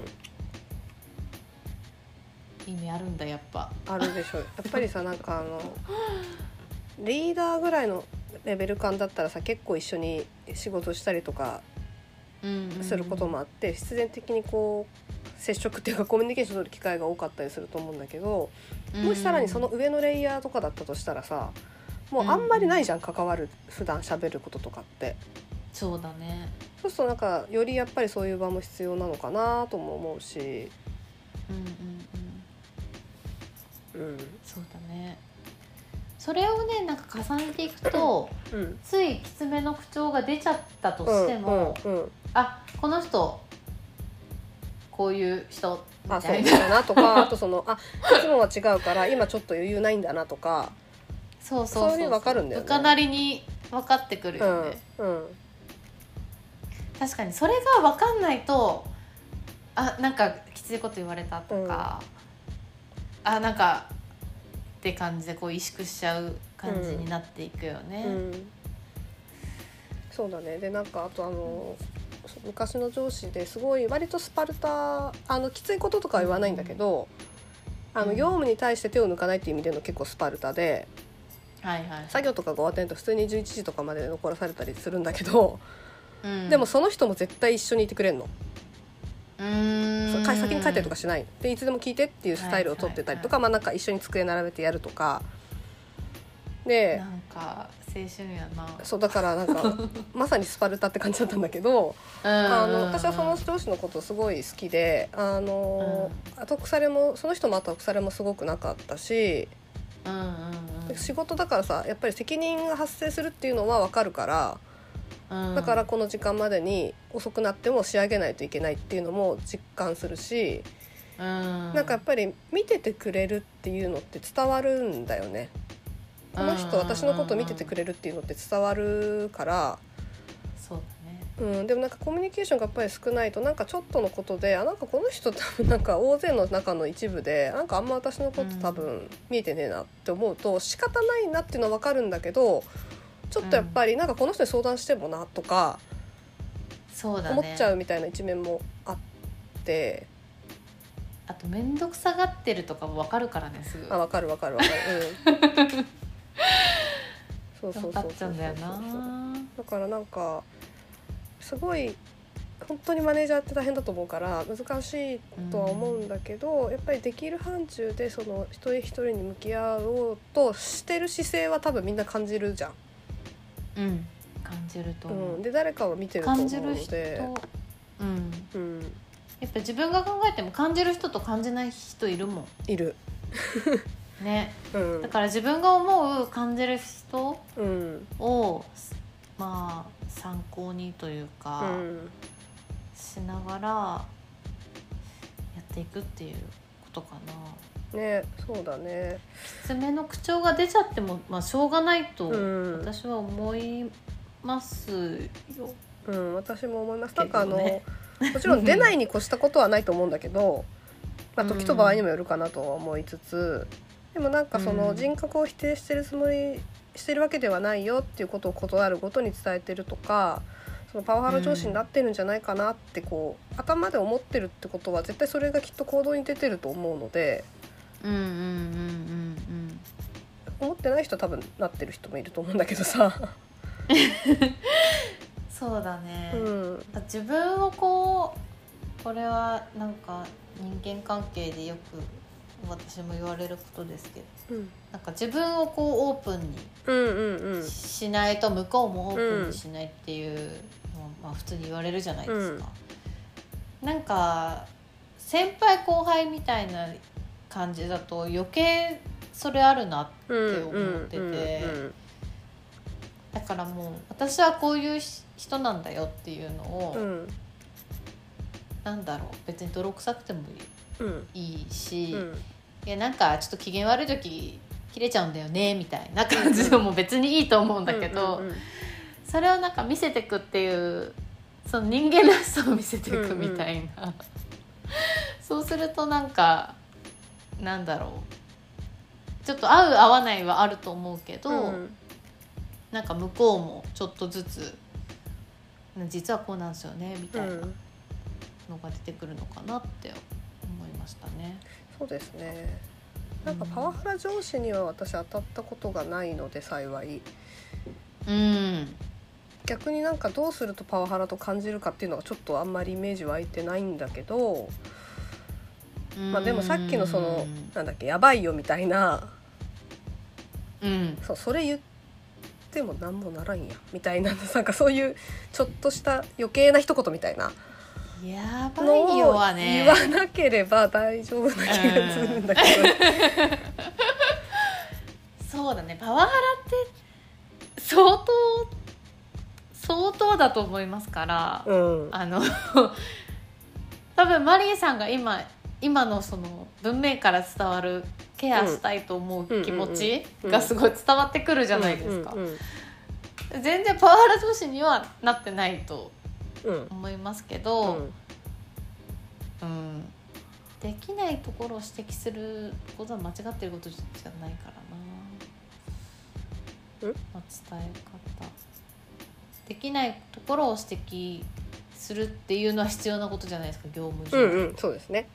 意味あるんだ、やっぱ。 あるでしょ。やっぱりさ、なんかリーダーぐらいのレベル感だったらさ、結構一緒に仕事したりとかすることもあって、必然的にこう接触っていうかコミュニケーション取る機会が多かったりすると思うんだけど、もしさらにその上のレイヤーとかだったとしたらさ、もうあんまりないじゃん、関わる普段喋ることとかって。 そうだね。 そうするとなんかよりやっぱりそういう場も必要なのかなとも思うし、 そうだね。それをね、なんか重ねていくと、ついきつめの口調が出ちゃったとしても、あ、この人こういう人みたいな、 そうだなとか、あとそのいつもは違うから今ちょっと余裕ないんだなとか、 そういうの分かるんだよね。 部下なりに分かってくるよね。確かにそれが分かんないと、なんかきついこと言われたとか、なんかって感じでこう萎縮しちゃう感じになっていくよね。 そうだね。でなんかあと昔の上司ですごい割とスパルタ、きついこととかは言わないんだけど、業務に対して手を抜かないっていう意味での結構スパルタで、作業とかが終わってんと普通に11時とかまで残らされたりするんだけど、でもその人も絶対一緒にいてくれんの。先に帰ったりとかしないで、いつでも聞いてっていうスタイルを取ってたりとか、なんか一緒に机並べてやるとかで、 なんか青春やな。 そうだからなんかまさにスパルタって感じだったんだけど、私はその上司のことすごい好きで、後腐れもその人も後腐れもすごくなかったし、仕事だからさ、やっぱり責任が発生するっていうのは分かるから、だからこの時間までに遅くなっても仕上げないといけないっていうのも実感するし、なんかやっぱり見ててくれるっていうのって伝わるんだよね。この人私のこと見ててくれるっていうのって伝わるから。 そうだね。 でもなんかコミュニケーションがやっぱり少ないと、なんかちょっとのことでなんかこの人多分なんか大勢の中の一部でなんかあんま私のこと多分見えてねえなって思うと仕方ないなっていうのは分かるんだけど、ちょっとやっぱりなんかこの人に相談してもなとか思っちゃうみたいな一面もあって、 あと面倒くさがってるとかも分かるからね、すぐ。 分かるそう分かっちゃうんだよな。 だからなんかすごい本当にマネージャーって大変だと思うから難しいとは思うんだけど、やっぱりできる範疇でその一人一人に向き合おうとしてる姿勢は多分みんな感じるじゃん。 感じると思う。 で誰かは見てると思うので、 感じる人、やっぱ自分が考えても感じる人と感じない人いるもん。 いるね、だから自分が思う感じる人を、まあ参考にというか、しながらやっていくっていうことかな。 ね、そうだね。 きつめの口調が出ちゃっても、しょうがないと私は思いますよ。 私も思います。なんかもちろん出ないに越したことはないと思うんだけど、時と場合にもよるかなとは思いつつ、でもなんかその人格を否定してるつもりしてるわけではないよっていうことをことあるごとに伝えてるとか、そのパワハラ上司になってるんじゃないかなってこう頭で思ってるってことは絶対それがきっと行動に出てると思うので、思ってない人は多分なってる人もいると思うんだけどさそうだね、自分をこれはなんか人間関係でよく私も言われることですけど、なんか自分をこうオープンにしないと向こうもオープンにしないっていうのを、普通に言われるじゃないですか。なんか先輩後輩みたいな感じだと余計それあるなって思ってて、だからもう私はこういう人なんだよっていうのを、なんだろう、別に泥臭くてもいいし、いやなんかちょっと機嫌悪い時切れちゃうんだよねみたいな感じでも別にいいと思うんだけど、それをなんか見せてくっていうその人間らしさを見せていくみたいな、そうするとなんかなんだろう、ちょっと合う合わないはあると思うけど、なんか向こうもちょっとずつ実はこうなんですよねみたいなのが出てくるのかなって思いましたね。 そうですね。なんかパワハラ上司には私当たったことがないので幸い、逆になんかどうするとパワハラと感じるかっていうのがちょっとあんまりイメージ湧いてないんだけど、まあでもさっきのそのなんだっけやばいよみたいな、それ言ってもなんもならんやみたいな、なんかそういうちょっとした余計な一言みたいなやばいよはね言わなければ大丈夫な気がするんだけど、 そうだね、パワハラって相当だと思いますから、多分マリーさんが今のその文面から伝わるケアしたいと思う気持ちがすごい伝わってくるじゃないですか。全然パワハラ上司にはなってないと思いますけど、できないところを指摘することは間違ってることじゃないからな。伝え方、できないところを指摘するっていうのは必要なことじゃないですか、業務上。 そうですね。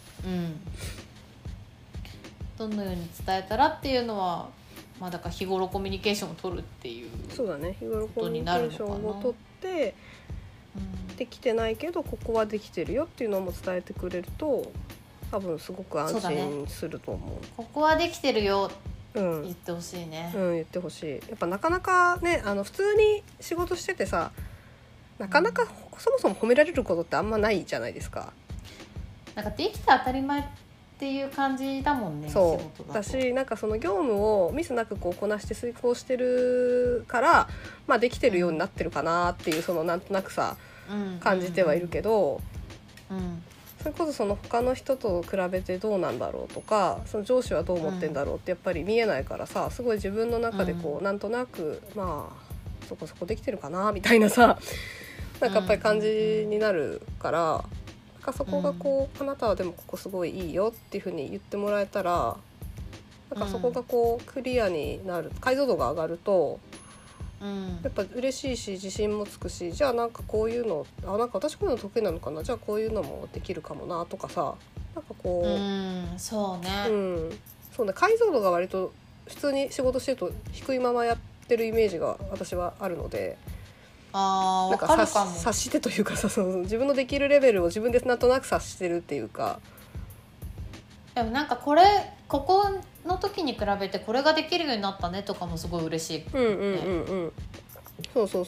どのように伝えたらっていうのは、まあだから日頃コミュニケーションを取るっていうそうだね、日頃コミュニケーションを取って、できてないけどここはできてるよっていうのも伝えてくれると多分すごく安心すると思う。 ここはできてるよ、言ってほしいね。 言ってほしい。やっぱなかなかね、普通に仕事しててさ、なかなかそもそも褒められることってあんまないじゃないですか。 なんかできて当たり前っていう感じだもんね。 そうだし、なんかその業務をミスなくこうこなして遂行してるから、まあできてるようになってるかなっていう、そのなんとなくさ、感じてはいるけど、それこそその他の人と比べてどうなんだろうとか、その上司はどう思ってんだろうってやっぱり見えないからさ、すごい自分の中でこうなんとなくまあそこそこできてるかなみたいなさ、なんかやっぱり感じになるから、なんかそこがこう、あなたはでもここすごいいいよっていう風に言ってもらえたら、なんかそこがこうクリアになる、解像度が上がるとやっぱ嬉しいし自信もつくし、じゃあなんかこういうのなんか私こういうの得意なのかな、じゃあこういうのもできるかもなとかさ、なんかこうそうね、 そうね、解像度が割と普通に仕事してると低いままやってるイメージが私はあるので、 なんか察してというかさ、その自分のできるレベルを自分でなんとなく察してるっていうか。 でもなんかここの時に比べてこれができるようになったねとかもすごい嬉しい、そうそう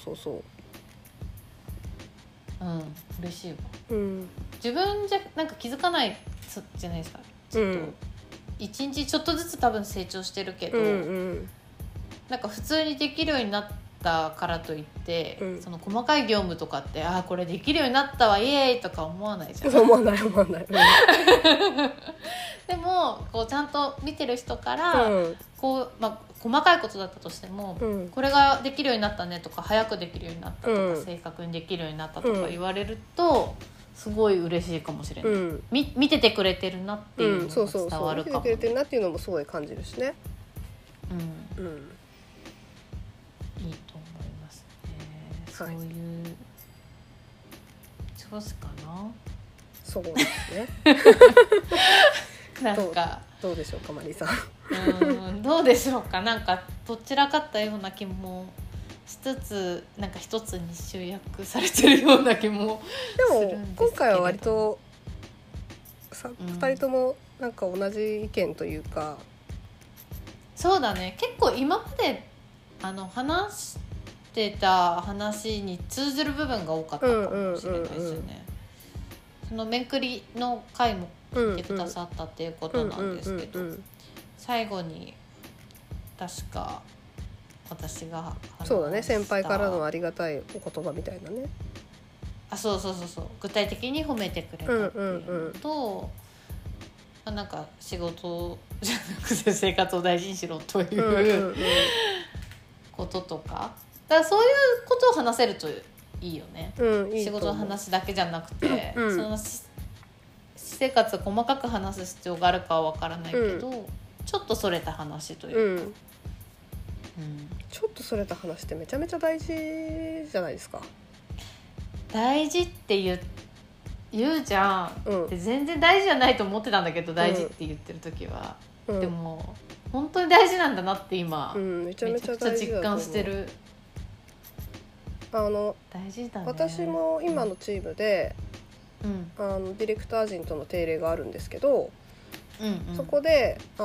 嬉しいわ、自分じゃなんか気づかないじゃないですか。ちょっと一日ちょっとずつ多分成長してるけど、なんか普通にできるようになったからといって、その細かい業務とかってこれできるようになったわイエーイとか思わないじゃん。 思わないでもこうちゃんと見てる人から、こう細かいことだったとしても、これができるようになったねとか、早くできるようになったとか、正確にできるようになったとか言われると、すごい嬉しいかもしれない、見ててくれてるなっていうのが伝わるかも、 見ててくれてるなっていうのもすごい感じるしね。 いいと思いますね。そういう上司かな。 そうですね。 なんかどうでしょうか、マリさん。 どうでしょうか。なんかどちらかったような気もしつつ、なんか一つに集約されてるような気もするんですけど。でも今回は割と2人ともなんか同じ意見というか。 そうだね。結構今まで話してた話に通ずる部分が多かったかもしれないですよね。その面くりの回も聞いてくださったっていうことなんですけど、最後に確か私がそうだね、先輩からのありがたいお言葉みたいなね。 そう具体的に褒めてくれたっていうのと、なんか仕事じゃなくて生活を大事にしろということとか、だからそういうことを話せるといいいよね、 いい仕事の話だけじゃなくて、その私生活を細かく話す必要があるかは分からないけど、ちょっとそれた話というか、 ちょっとそれた話ってめちゃめちゃ大事じゃないですか。 大事って言うじゃん、で全然大事じゃないと思ってたんだけど、大事って言ってる時は、でも本当に大事なんだなって今、 めちゃめちゃ大事だと思う。 実感してる。大事だね。 私も今のチームで、ディレクター陣との定例があるんですけど、そこで日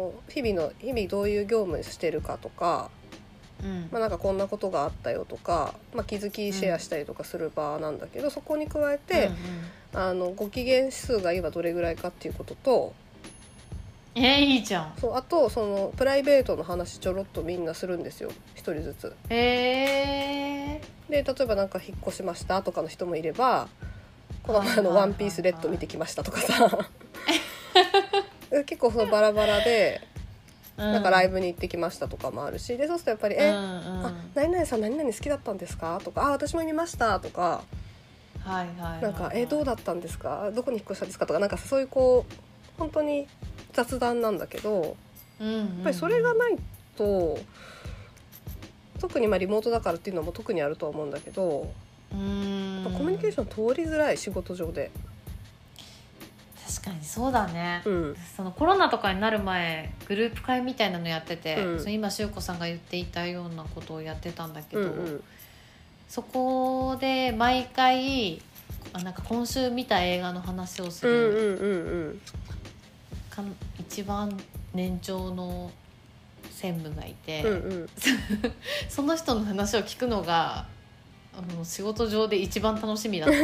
々どういう業務してるかとか、なんかこんなことがあったよとか、気づきシェアしたりとかする場なんだけど、そこに加えて、ご機嫌指数が今どれぐらいかっていうことと、 いいじゃん。 そう、あとそのプライベートの話ちょろっとみんなするんですよ、一人ずつ。で例えばなんか引っ越しましたとかの人もいれば、この前のワンピースレッド見てきましたとかさ結構そのバラバラで、なんかライブに行ってきましたとかもあるし、でそうするとやっぱり何々さん何々好きだったんですかとか、私も見ましたとか、なんかどうだったんですか、どこに引っ越したんですかとか、なんかそういうこう本当に雑談なんだけど、やっぱりそれがないと、特にリモートだからっていうのも特にあるとは思うんだけど、やっぱコミュニケーション通りづらい、仕事上で。 確かにそうだね、そのコロナとかになる前グループ会みたいなのやってて、その今しゅうこさんが言っていたようなことをやってたんだけど、そこで毎回なんか今週見た映画の話をする、一番年長の専務がいて、その人の話を聞くのが仕事上で一番楽しみだった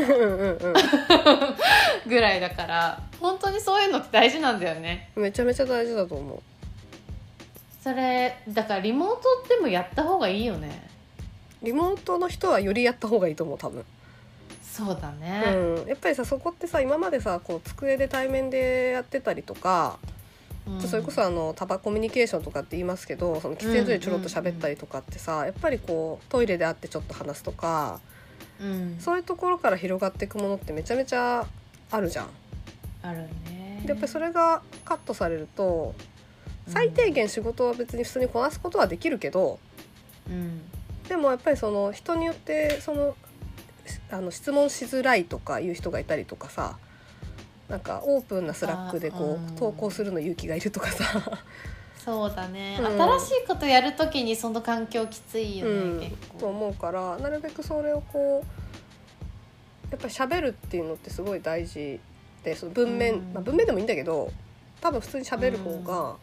ぐらいだから、本当にそういうのって大事なんだよね。 めちゃめちゃ大事だと思う。 それだからリモートでもやった方がいいよね。 リモートの人はよりやった方がいいと思う、多分。 そうだね、 やっぱりさ、そこってさ、今までさこう机で対面でやってたりとか、それこそタバコミュニケーションとかって言いますけど、その喫煙所でちょろっと喋ったりとかってさ、やっぱりこうトイレで会ってちょっと話すとか、そういうところから広がっていくものってめちゃめちゃあるじゃん。 あるね。 でやっぱりそれがカットされると、最低限仕事は別に普通にこなすことはできるけど、でもやっぱりその人によってその質問しづらいとかいう人がいたりとかさ、なんかオープンなスラックでこう投稿するの勇気がいるとかさそうだね、新しいことやるときにその環境きついよね、結構と思うから、なるべくそれをこうやっぱり喋るっていうのってすごい大事で、その文面、文面でもいいんだけど、多分普通に喋る方が、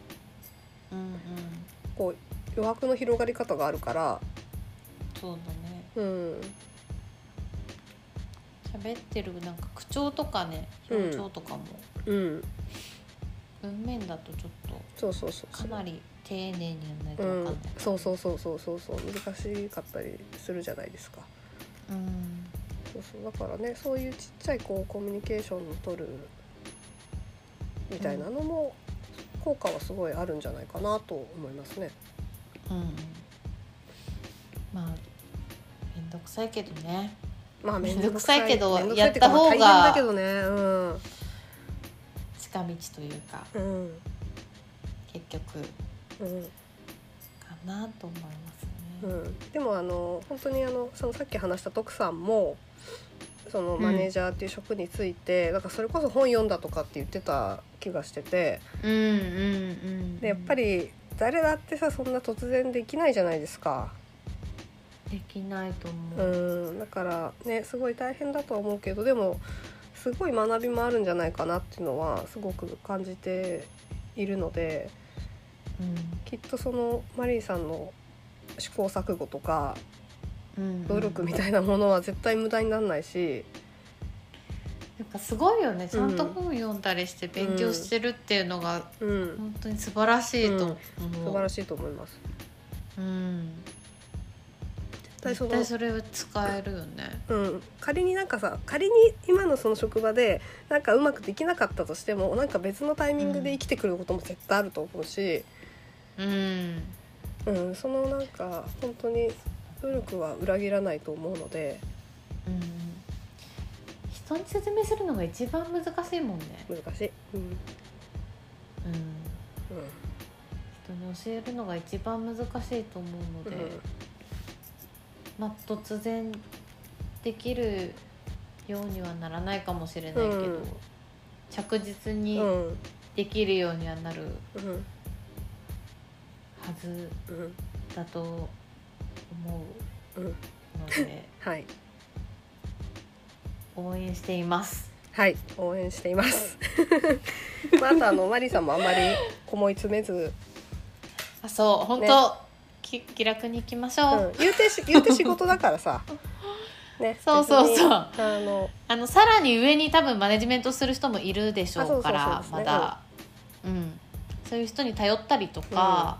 こう余白の広がり方があるから。 そうだね、喋ってるなんか口調とかね、表情とかも、文面だとちょっとかなり丁寧にやらないと分かんない、 そう難しかったりするじゃないですか。だからね、そういうちっちゃいこうコミュニケーションを取るみたいなのも効果はすごいあるんじゃないかなと思いますね。 まあめんどくさいけどね。 めんどくさいけどやった方が大変だけどね、 近道というか、結局、かなと思いますね。 でも本当にそのさっき話した徳さんもそのマネージャーっていう職について、なんかそれこそ本読んだとかって言ってた気がしてて、でやっぱり誰だってさそんな突然できないじゃないですか。 できないと思う。だからね、すごい大変だとは思うけど、でもすごい学びもあるんじゃないかなっていうのはすごく感じているので、きっとそのマリーさんの試行錯誤とか、努力みたいなものは絶対無駄にならないし、 なんかすごいよね、ちゃんと本読んだりして勉強してるっていうのが本当に素晴らしいと思う。 素晴らしいと思います。 絶対それは使えるよね。 仮に今のその職場でなんかうまくできなかったとしても、なんか別のタイミングで生きてくることも絶対あると思うし、そのなんか本当に努力は裏切らないと思うので、 人に説明するのが一番難しいもんね。 難しい。 人に教えるのが一番難しいと思うので、突然できるようにはならないかもしれないけど、着実にできるようにはなるはずだと思うので、 はい、 応援しています。 はい、応援しています。あとマリさんもあんまり思い詰めず、 そう本当、ね、気楽にいきましょう。 言うて仕事だからさ。ね、 そうさらに上に多分マネジメントする人もいるでしょうから、まだ、そういう人に頼ったりとか、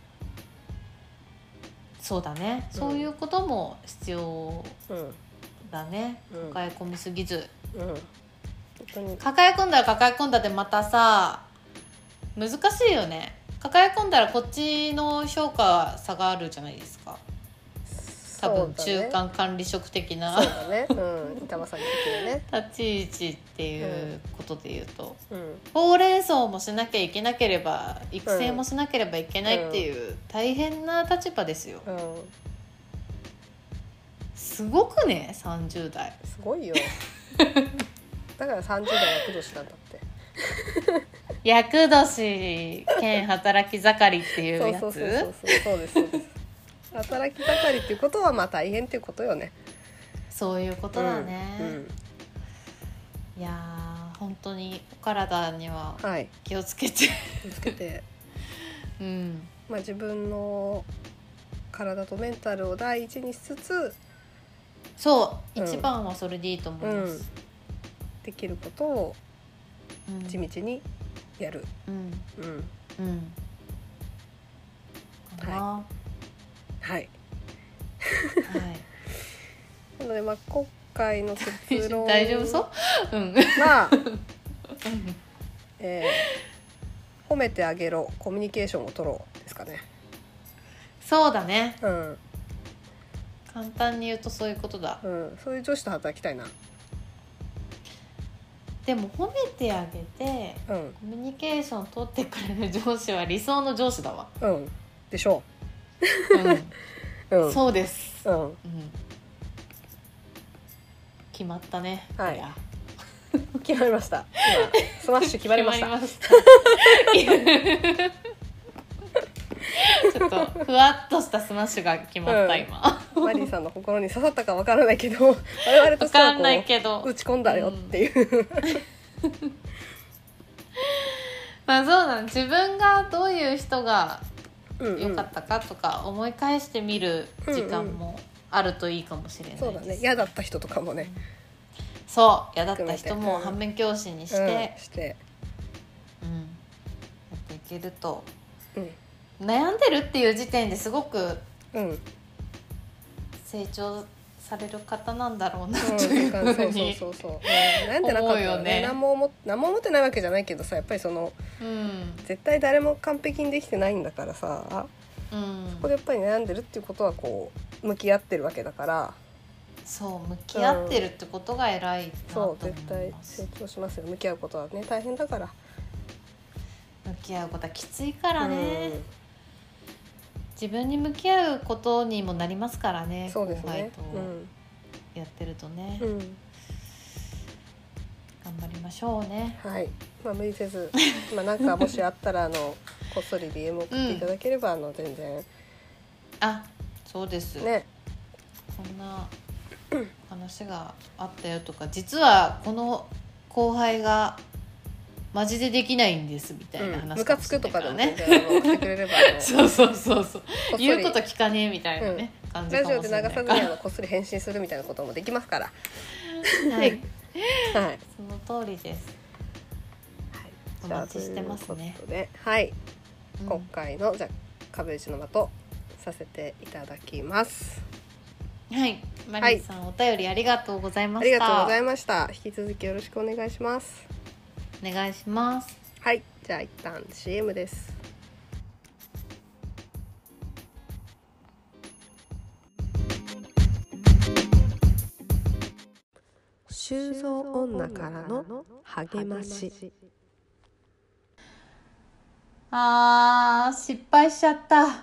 そうだね、そういうことも必要だね。抱え込みすぎず、抱え込んだでまたさ難しいよね。抱え込んだらこっちの評価差があるじゃないですか。多分中間管理職的な、 そうだね、板挟み的なね立ち位置っていうことで言うと、ほうれん草もしなきゃいけなければ育成もしなければいけないっていう大変な立場ですよ。すごくね、30代すごいよ。だから30代厄年なんだって。 厄年兼働き盛りっていうやつ。 そうです働き盛りっていうことは大変っていうことよね。 そういうことだね。いや本当にお体には気をつけて、自分の体とメンタルを第一にしつつ、一番はそれでいいと思います。 できることを地道にやる。はいなので今回の結論大丈夫そう？ 褒めてあげろ、コミュニケーションを取ろうですかね。 そうだね。簡単に言うとそういうことだ。 そういう上司と働きたいな。 でも褒めてあげて、コミュニケーション取ってくれる上司は理想の上司だわ。 でしょう。そうです。決まったね。 決まりました。スマッシュ決まりました。 ちょっとふわっとしたスマッシュが決まった今。 マリーさんの心に刺さったかわからないけど、我々としてはこう打ち込んだよっていう。 そうなん、自分がどういう人が良かったかとか思い返してみる時間もあるといいかもしれないです。 そうだね。嫌だった人とかもね。 嫌だった人も反面教師にして、やっていけると。悩んでるっていう時点ですごく成長される方なんだろうなというふうに思うよね。 何も思ってないわけじゃないけどさ、やっぱり絶対誰も完璧にできてないんだからさ、そこでやっぱり悩んでるっていうことはこう向き合ってるわけだから、 向き合ってるってことが偉いなと思います。 絶対成長しますよ。向き合うことはね大変だから。 向き合うことはきついからね。自分に向き合うことにもなりますからね。 そうですね。 後輩とやってるとね、頑張りましょうね。 無理せず、なんかもしあったらこっそり DM 送っていただければ全然。 そうですね。 こんな話があったよとか、実はこの後輩がマジでできないんですみたいな話かもしれないからね。 ムカつくとかでも送ってくれればそう言うこと聞かねえみたいなね、感じかもしれないから。 ラジオで流さずにこっそり返信するみたいなこともできますから。 その通りです。お待ちしてますね。 今回のじゃ壁打ちの的させていただきます。 マリーさん、お便りありがとうございました。 ありがとうございました。引き続きよろしくお願いします。 お願いします。 じゃあ一旦 CM です。 修造女からの励まし。 失敗しちゃった。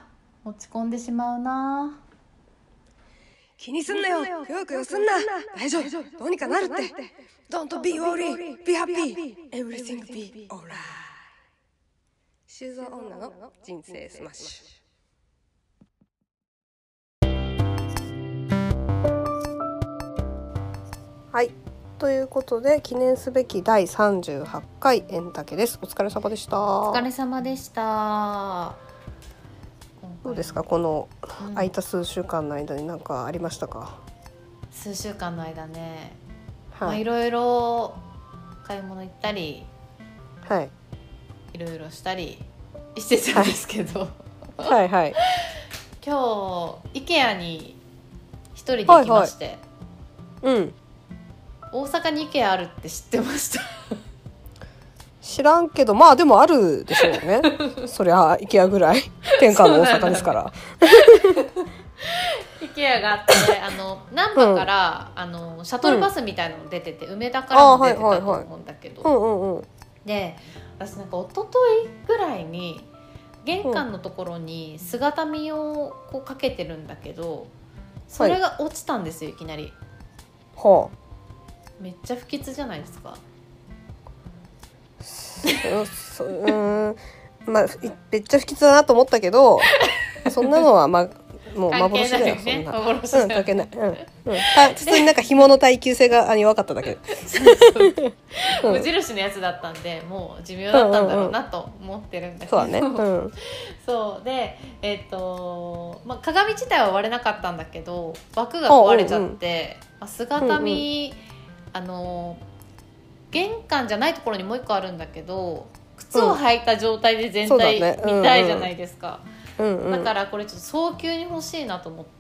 落ち込んでしまうな。 気にすんなよ、くよくよすんな。大丈夫、どうにかなるって。Don't be worried, be happy, everything be alright。 修造女の人生スマッシュ。はい、ということで記念すべき第38回エンタケです。お疲れ様でした。 お疲れ様でした。 どうですか、この空いた数週間の間に何かありましたか？ 数週間の間ね、 はい、 いろいろ買い物行ったり、 はい、 いろいろしたりしてたんですけど、 はいはい今日 IKEA に一人で行きまして、 はいはい、うん、 大阪に IKEA あるって知ってました？ 知らんけど、まあでもあるでしょうね。そりゃ IKEA ぐらい天下の大阪ですから。 IKEA があって難波から、シャトルバスみたいなの出てて、梅田からも出てたと思うんだけど、で私なんか一昨日ぐらいに玄関のところに姿見をこうかけてるんだけど、それが落ちたんですよ、いきなり。 はあ、 めっちゃ不吉じゃないですか。 まあめっちゃ不吉だなと思ったけど、そんなのはもう幻だよ、 関係ないね、 そんな幻だよ、 関係ない、普通になんか紐の耐久性が弱かっただけ。 そう無印のやつだったんで、もう寿命だったんだろうなと思ってるんだけど、 そうだね、 そうで鏡自体は割れなかったんだけど枠が壊れちゃって、姿見、玄関じゃないところにもう一個あるんだけど、靴を履いた状態で全体見たいじゃないですか。だからこれちょっと早急に欲しいなと思って、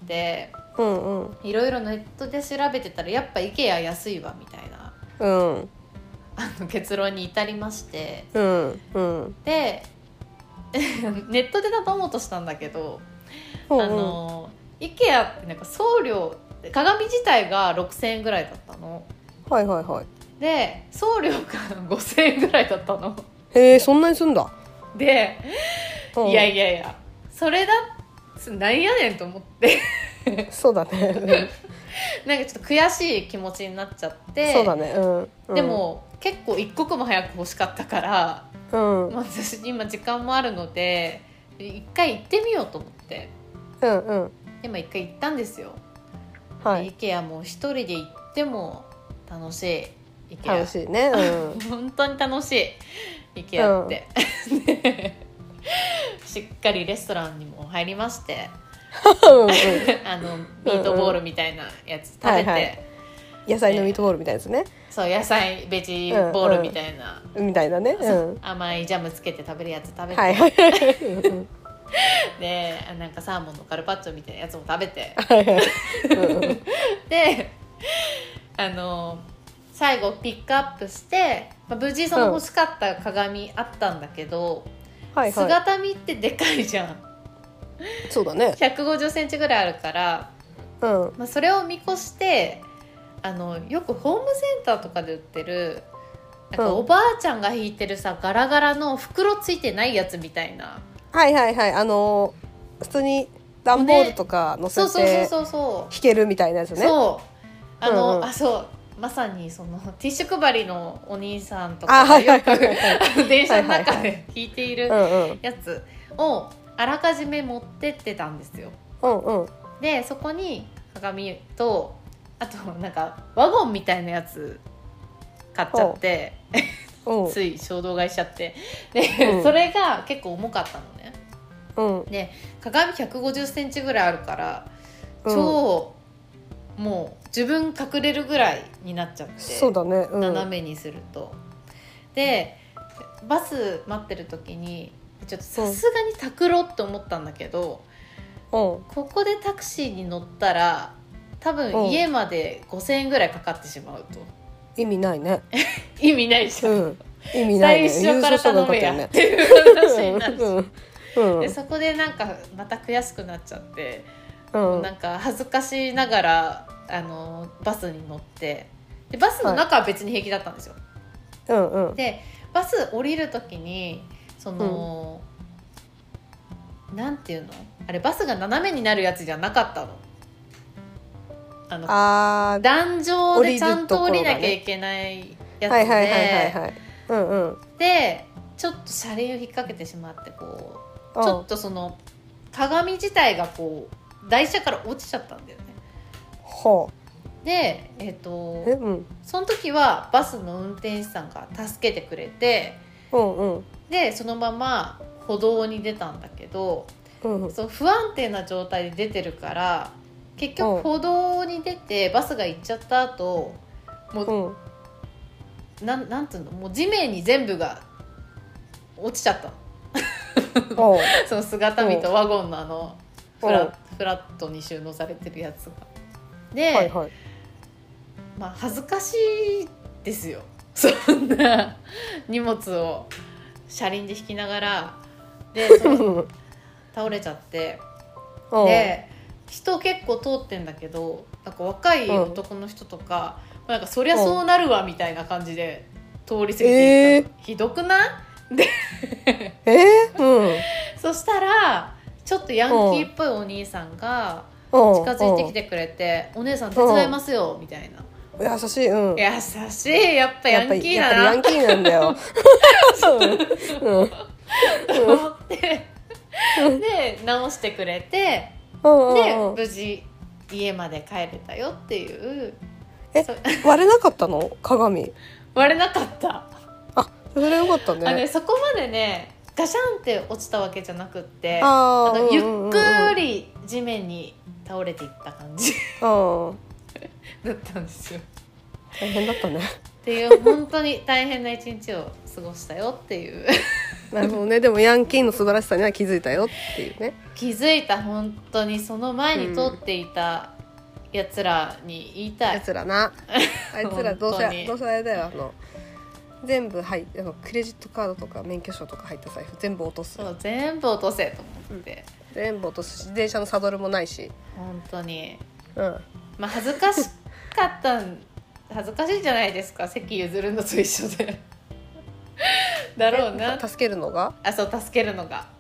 いろいろネットで調べてたらやっぱ IKEA 安いわみたいな、結論に至りまして、でネットで頼もうとしたんだけど、IKEA ってなんか送料、鏡自体が6000円ぐらいだったの。 はいはいはい。で送料が5000円ぐらいだったの。 へえ、そんなにすんだ。 で、いやそれだなんやねんと思ってそうだね、 なんかちょっと悔しい気持ちになっちゃって。 そうだね、 でも結構一刻も早く欲しかったから、私今時間もあるので一回行ってみようと思って、今一回行ったんですよ。IKEA も一人で行っても楽しい。 楽しいね、 本当に楽しい IKEA って、しっかりレストランにも入りましてミートボールみたいなやつ食べて、 野菜のミートボールみたいなやつね。 そう、野菜ベジボールみたいな、 みたいなね、 甘いジャムつけて食べるやつ食べて、でなんかサーモンのカルパッチョみたいなやつも食べて、で最後ピックアップして、無事その欲しかった鏡あったんだけど、姿見ってでかいじゃん。 そうだね、 150センチぐらいあるから、それを見越してよくホームセンターとかで売ってるなんかおばあちゃんが引いてるさ、ガラガラの袋ついてないやつみたいな、 普通に段ボールとか乗せて引けるみたいなやつね。そうまさにそのティッシュ配りのお兄さんとかがよく電車の中で引いているやつをあらかじめ持ってってたんですよ。でそこに鏡と、あとなんかワゴンみたいなやつ買っちゃってつい衝動買いしちゃって、で、それが結構重かったのね。で鏡150センチぐらいあるから、超もう自分隠れるぐらいになっちゃって、 そうだね、 斜めにすると。でバス待ってる時にちょっとさすがにタクロって思ったんだけど、ここでタクシーに乗ったら多分家まで5000円ぐらいかかってしまうと。 意味ないね。 意味ないじゃん、 意味ないね、 最初から頼めやっていう話になるし、でそこでなんかまた悔しくなっちゃって、なんか恥ずかしながらバスに乗ってでバスの中は別に平気だったんですよ、 うんうん、 でバス降りる時にその、なんていうのあれバスが斜めになるやつじゃなかったの。壇上でちゃんと降りなきゃいけないやつで、でちょっと車輪を引っ掛けてしまってこうちょっとその鏡自体がこう台車から落ちちゃったんだよね。 はあ、でその時はバスの運転手さんが助けてくれて、でそのまま歩道に出たんだけど、そう不安定な状態で出てるから結局歩道に出てバスが行っちゃった後もう、なんていうのもう地面に全部が落ちちゃったのその姿見とワゴンのフラットに収納されてるやつがで、まあ恥ずかしいですよそんな荷物を車輪で引きながらで倒れちゃってで人結構通ってんだけどなんか若い男の人とか、なんかそりゃそうなるわみたいな感じで通り過ぎていった、ひどくないでそしたらちょっとヤンキーっぽいお兄さんが近づいてきてくれて、お姉さん手伝いますよみたいな。 優しい、優しい、やっぱヤンキーだな、 やっぱヤンキーなんだよと思ってで直してくれて、で無事家まで帰れたよっていう。 割れなかったの鏡？ 割れなかった。 あ、それよかったね。 そこまでねガシャンって落ちたわけじゃなくって、ゆっくり地面に倒れていった感じだったんですよ。 大変だったねっていう本当に大変な一日を過ごしたよっていうなるほどね。でもヤンキーの素晴らしさには気づいたよっていうね。 気づいた。本当にその前に通っていたやつらに言いたい、 やつらなあいつらどうせあれだよ、全部クレジットカードとか免許証とか入った財布全部落とす。 そう全部落とせと思って、 全部落とすし自転車のサドルもないし本当に、まあ恥ずかしかった恥ずかしいじゃないですか、席譲るのと一緒でだろうな。 助けるのがそう助けるのが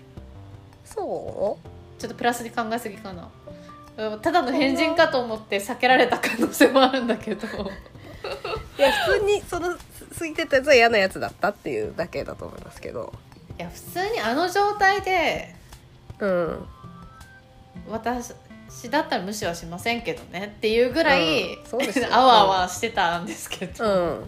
そうちょっとプラスに考えすぎかな。ただの変人かと思って避けられた可能性もあるんだけどいや普通にその過ぎてたやつは嫌なやつだったっていうだけだと思いますけど、 いや普通にあの状態で私だったら無視はしませんけどねっていうぐらい、あわあわしてたんですけど、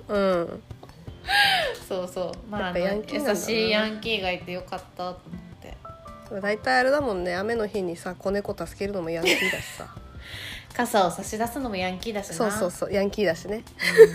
そうそう、まあ優しいヤンキーがいてよかったと思って。 大体あれだもんね、雨の日にさ子猫助けるのもヤンキーだしさ傘を差し出すのもヤンキーだしな。 そうヤンキーだしね、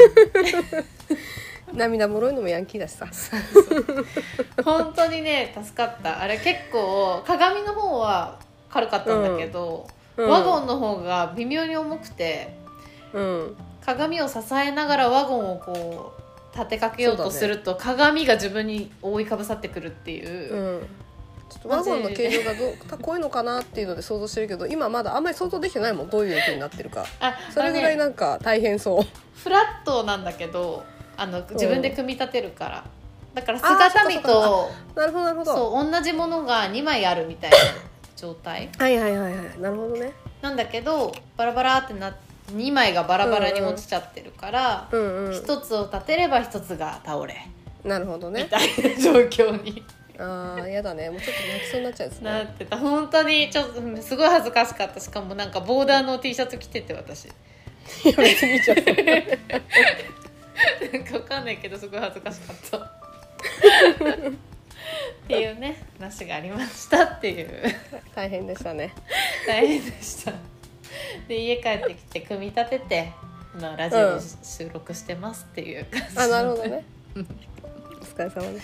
涙もろいのもヤンキーだしさ本当にね助かった。あれ結構鏡の方は軽かったんだけど、ワゴンの方が微妙に重くて、鏡を支えながらワゴンをこう立てかけようとすると、鏡が自分に覆いかぶさってくるっていう、 ちょっとワゴンの形状がこういうのかなっていうので想像してるけど、今まだあんまり想像できてないもん、どういう風になってるか。それぐらいなんか大変そう。 フラットなんだけど自分で組み立てるから、だから姿見となるほどなるほど、 そう同じものが2枚あるみたいな状態なるほどね。 なんだけどバラバラって2枚がバラバラに落ちちゃってるから、1つを立てれば1つが倒れ、 なるほどね、 みたいな状況にやだね、もうちょっと泣きそうになっちゃうですね。 なってた。本当にちょっとすごい恥ずかしかった。しかもなんかボーダーの T シャツ着てて私いや別にちょっとなんかわかんないけどすごい恥ずかしかったっていうね話がありましたっていう大変でしたね。 大変でした。で家帰ってきて組み立ててラジオ収録してますっていう感じ、 なるほどねお疲れ様でした。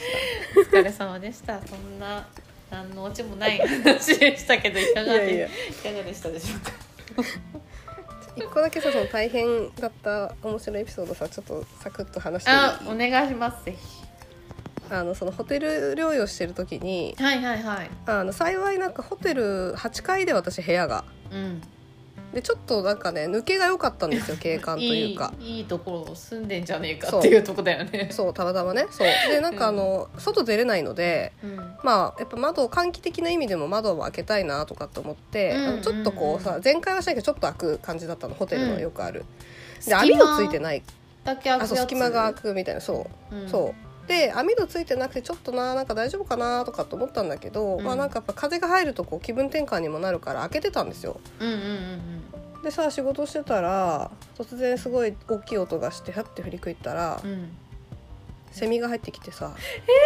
お疲れ様でした。そんな何のオチもない話でしたけどいかがでしたでしょうか。 一個だけさ、その大変だった面白いエピソードさ、ちょっとサクッと話していい？ お願いします。ぜひ。 そのホテル療養してる時に、 幸いなんかホテル8階で私部屋が、 でちょっとなんかね抜けが良かったんですよ、景観というかいいところ住んでんじゃねえかっていうとこだよね。 そうたまたまね。そうでなんか外出れないので、まあやっぱ換気的な意味でも窓を開けたいなとかと思って、ちょっとこうさ前回はしたけどちょっと開く感じだったの、ホテルのよくある、で網戸ついてないだけ開くやつ、 隙間が開くみたいな、そうで網戸ついてなくてちょっとなんか大丈夫かなとかと思ったんだけど、まあなんかやっぱ風が入るとこう気分転換にもなるから開けてたんですよ。でさ仕事してたら突然すごい大きい音がして、はって振り向いたら、セミが入ってきてさ、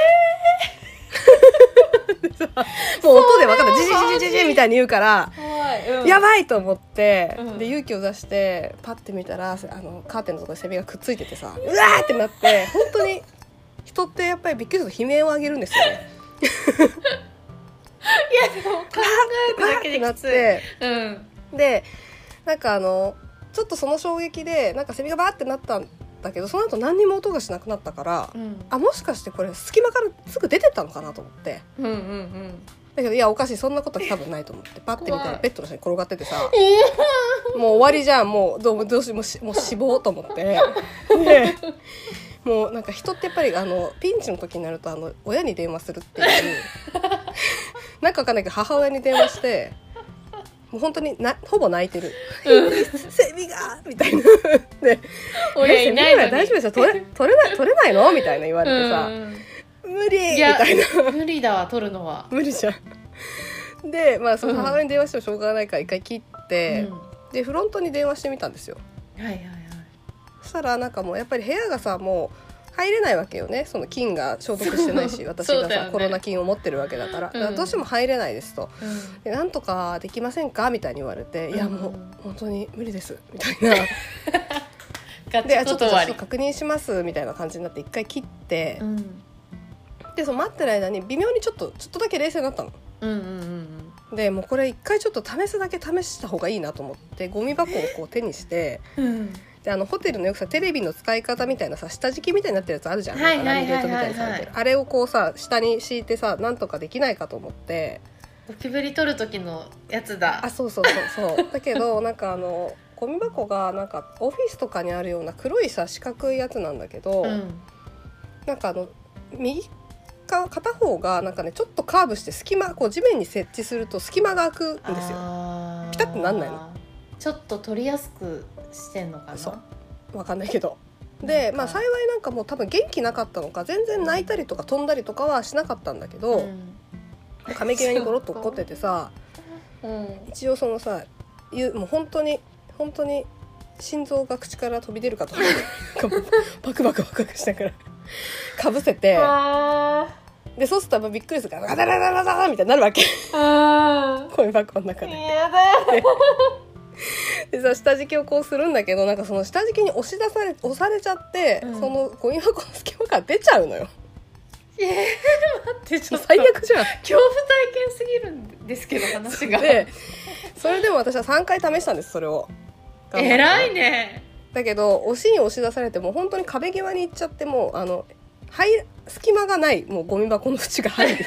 もう音で分かった、ジジジジジジみたいに言うから、やばいと思って、で勇気を出してパッて見たらカーテンのところにセミがくっついててさ、うわーってなって、本当に人ってやっぱりびっくりすると悲鳴を上げるんですよね。 いやでも考えただけできつい。 でなんかちょっとその衝撃でなんかセミがバーってなったんだけど、その後何にも音がしなくなったから、あもしかしてこれ隙間からすぐ出てったのかなと思って、だけどいやおかしい、そんなこと多分ないと思ってパッて見たらベッドの下に転がっててさ、もう終わりじゃん、もうどうしもう死亡と思って。でもうなんか人ってやっぱりピンチの時になると親に電話するっていうなんかわかんないけど母親に電話して、もう本当にほぼ泣いてる、セミがみたいなで、 親いないのに大丈夫ですよ、取れないのみたいな言われてさ、無理みたいな、 無理だわ取るのは無理じゃん。でまあその母親に電話してもしょうがないから一回切って、でフロントに電話してみたんですよ。そしたらなんかもうやっぱり部屋がさもう入れないわけよね、その菌が消毒してないし、私がさ、コロナ菌を持ってるわけだから、だからどうしても入れないですと、でなんとかできませんかみたいに言われて、いやもう本当に無理ですみたいなでちょっと確認しますみたいな感じになって一回切って、でその待ってる間に微妙にちょっとだけ冷静になったの。でもうこれ一回ちょっと試すだけ試した方がいいなと思ってゴミ箱をこう手にして、でホテルのよくさテレビの使い方みたいなさ下敷きみたいになってるやつあるじゃん、ラミネートみたいにされてる、あれをこうさ下に敷いてさなんとかできないかと思って、 ゴキブリ取る時のやつだ。 あそうだけどなんかゴミ箱がなんかオフィスとかにあるような黒いさ四角いやつなんだけど、なんか右片方がなんかねちょっとカーブして隙間こう地面に設置すると隙間が開くんですよ。ピタッとなんないの。 ちょっと取りやすくしてんのかな。 そうわかんないけど。でまあ幸いなんかもう多分元気なかったのか全然泣いたりとか飛んだりとかはしなかったんだけど、亀際にゴロッと怒っててさ、一応そのさもう本当に心臓が口から飛び出るかと思うバクバクしながらかぶせて、でそうするとびっくりするからガタガタガタみたいになるわけゴミ箱の中で。 やだでさ下敷きをこうするんだけど、なんかその下敷きに押されちゃって、そのゴミ箱の隙間から出ちゃうのよ。 待ってちょっと最悪じゃん。 恐怖体験すぎるんですけど話が。 でそれでも私は3回試したんです、それを。 偉いね。 だけど押しに押し出されても本当に壁際に行っちゃっても隙間がない、もうゴミ箱の縁が入る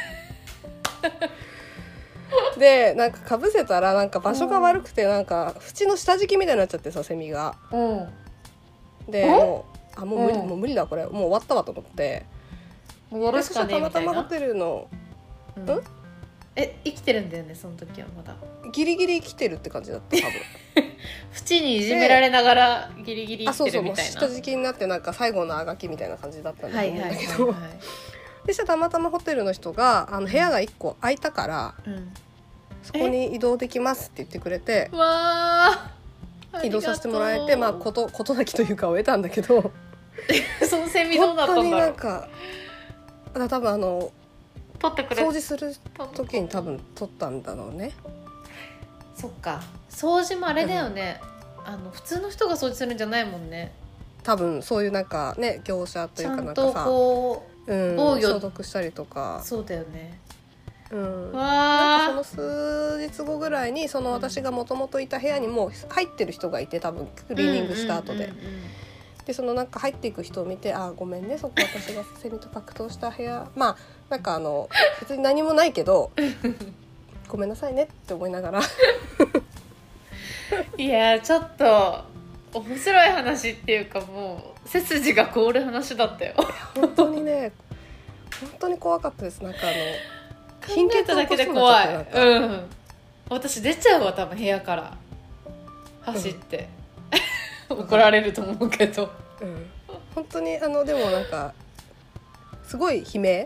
でなんかかぶせたらなんか場所が悪くてなんか縁の下敷きみたいになっちゃってさ、セミが。でもう無理だこれもう終わったわと思って、 やるしかねえみたいな。 たまたまホテルの生きてるんだよねその時はまだ。 ギリギリ生きてるって感じだった多分縁にいじめられながらギリギリ生きてるみたいな。 下敷きになってなんか最後のあがきみたいな感じだったんだと思うんだけど、でしたらたまたまホテルの人が部屋が1個空いたから、そこに移動できますって言ってくれて、移動させてもらえて、まあ事なきというかを得たんだけどそのセミどうだったんだろう。本当になんか多分取ってくれ掃除する時に多分取ったんだろうね。 そっか掃除もあれだよね、普通の人が掃除するんじゃないもんね。 多分そういうなんかね業者というかなんかさちゃんとこう、防御消毒したりとか。 そうだよね。 なんかその数日後ぐらいにその私がもともといた部屋にも入ってる人がいて、多分クリーニングした後で、でそのなんか入っていく人を見て、ごめんねそこ私がセミと格闘した部屋まあなんか別に何もないけどごめんなさいねって思いながらいやちょっと面白い話っていうか、もう背筋が凍る話だったよ。 本当にね、本当に怖かったです。なんか貧血だけで怖い。うん。私出ちゃうわ多分部屋から走って、怒られると思うけど。 本当にでもなんかすごい悲鳴。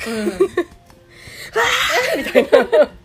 みたいな。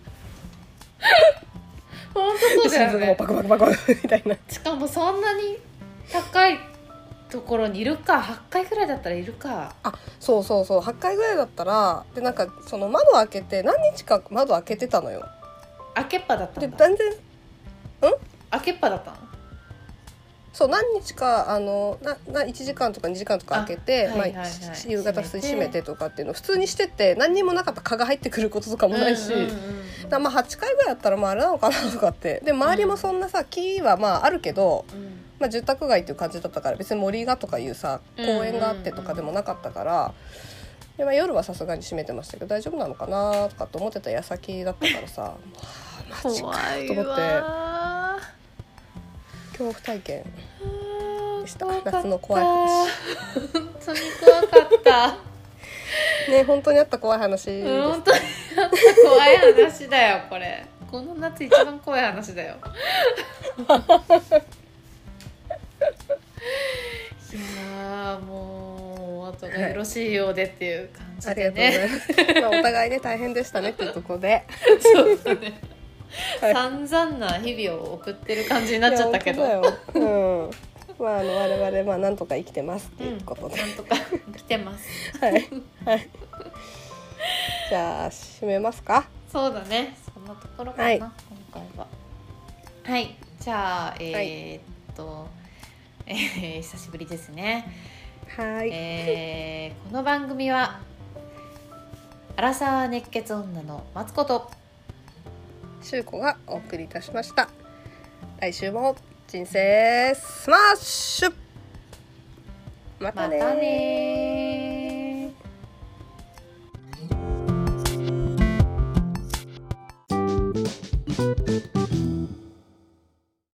本当そうだよね。 バクバクバクバクみたいな。 しかもそんなに高いところにいるか、8階ぐらいだったらいるか。 あ、そう8階ぐらいだったら、でなんかその窓開けて、何日か窓開けてたのよ。 開けっぱだったんだ。 で全然開けっぱだったの。 そう、何日か1時間とか2時間とか開けて、夕方普通に閉めてとかっていうのを普通にしてて、何にもなかった蚊が入ってくることとかもないし、だまあ8回ぐらいだったらまああれなのかなとかって。で周りもそんなさ、木はまああるけど、まあ、住宅街っていう感じだったから、別に森がとかいうさ公園があってとかでもなかったから、で、まあ、夜はさすがに閉めてましたけど、大丈夫なのかなとかって思ってた矢先だったからさ、マジかと思って恐怖体験でした。夏の怖い話。 本当に怖かったね、本当にあった怖い話です。 本当にあった怖い話だよこれ。この夏一番怖い話だよ。いやもう後がよろしいようでっていう感じでね、 ありがとうございます。まあ、お互いね大変でしたねっていうところでそうだね、散々な日々を送ってる感じになっちゃったけど、 まあ我々まあなんとか生きてますっていうことで、 なんとか生きてますはいじゃあ締めますか。 そうだね、そんなところかな、今回は。はい、じゃあ久しぶりですね。 はい、 この番組はアラサー熱血女のマツコとシュウコがお送りいたしました。来週も人生スマッシュ。またね。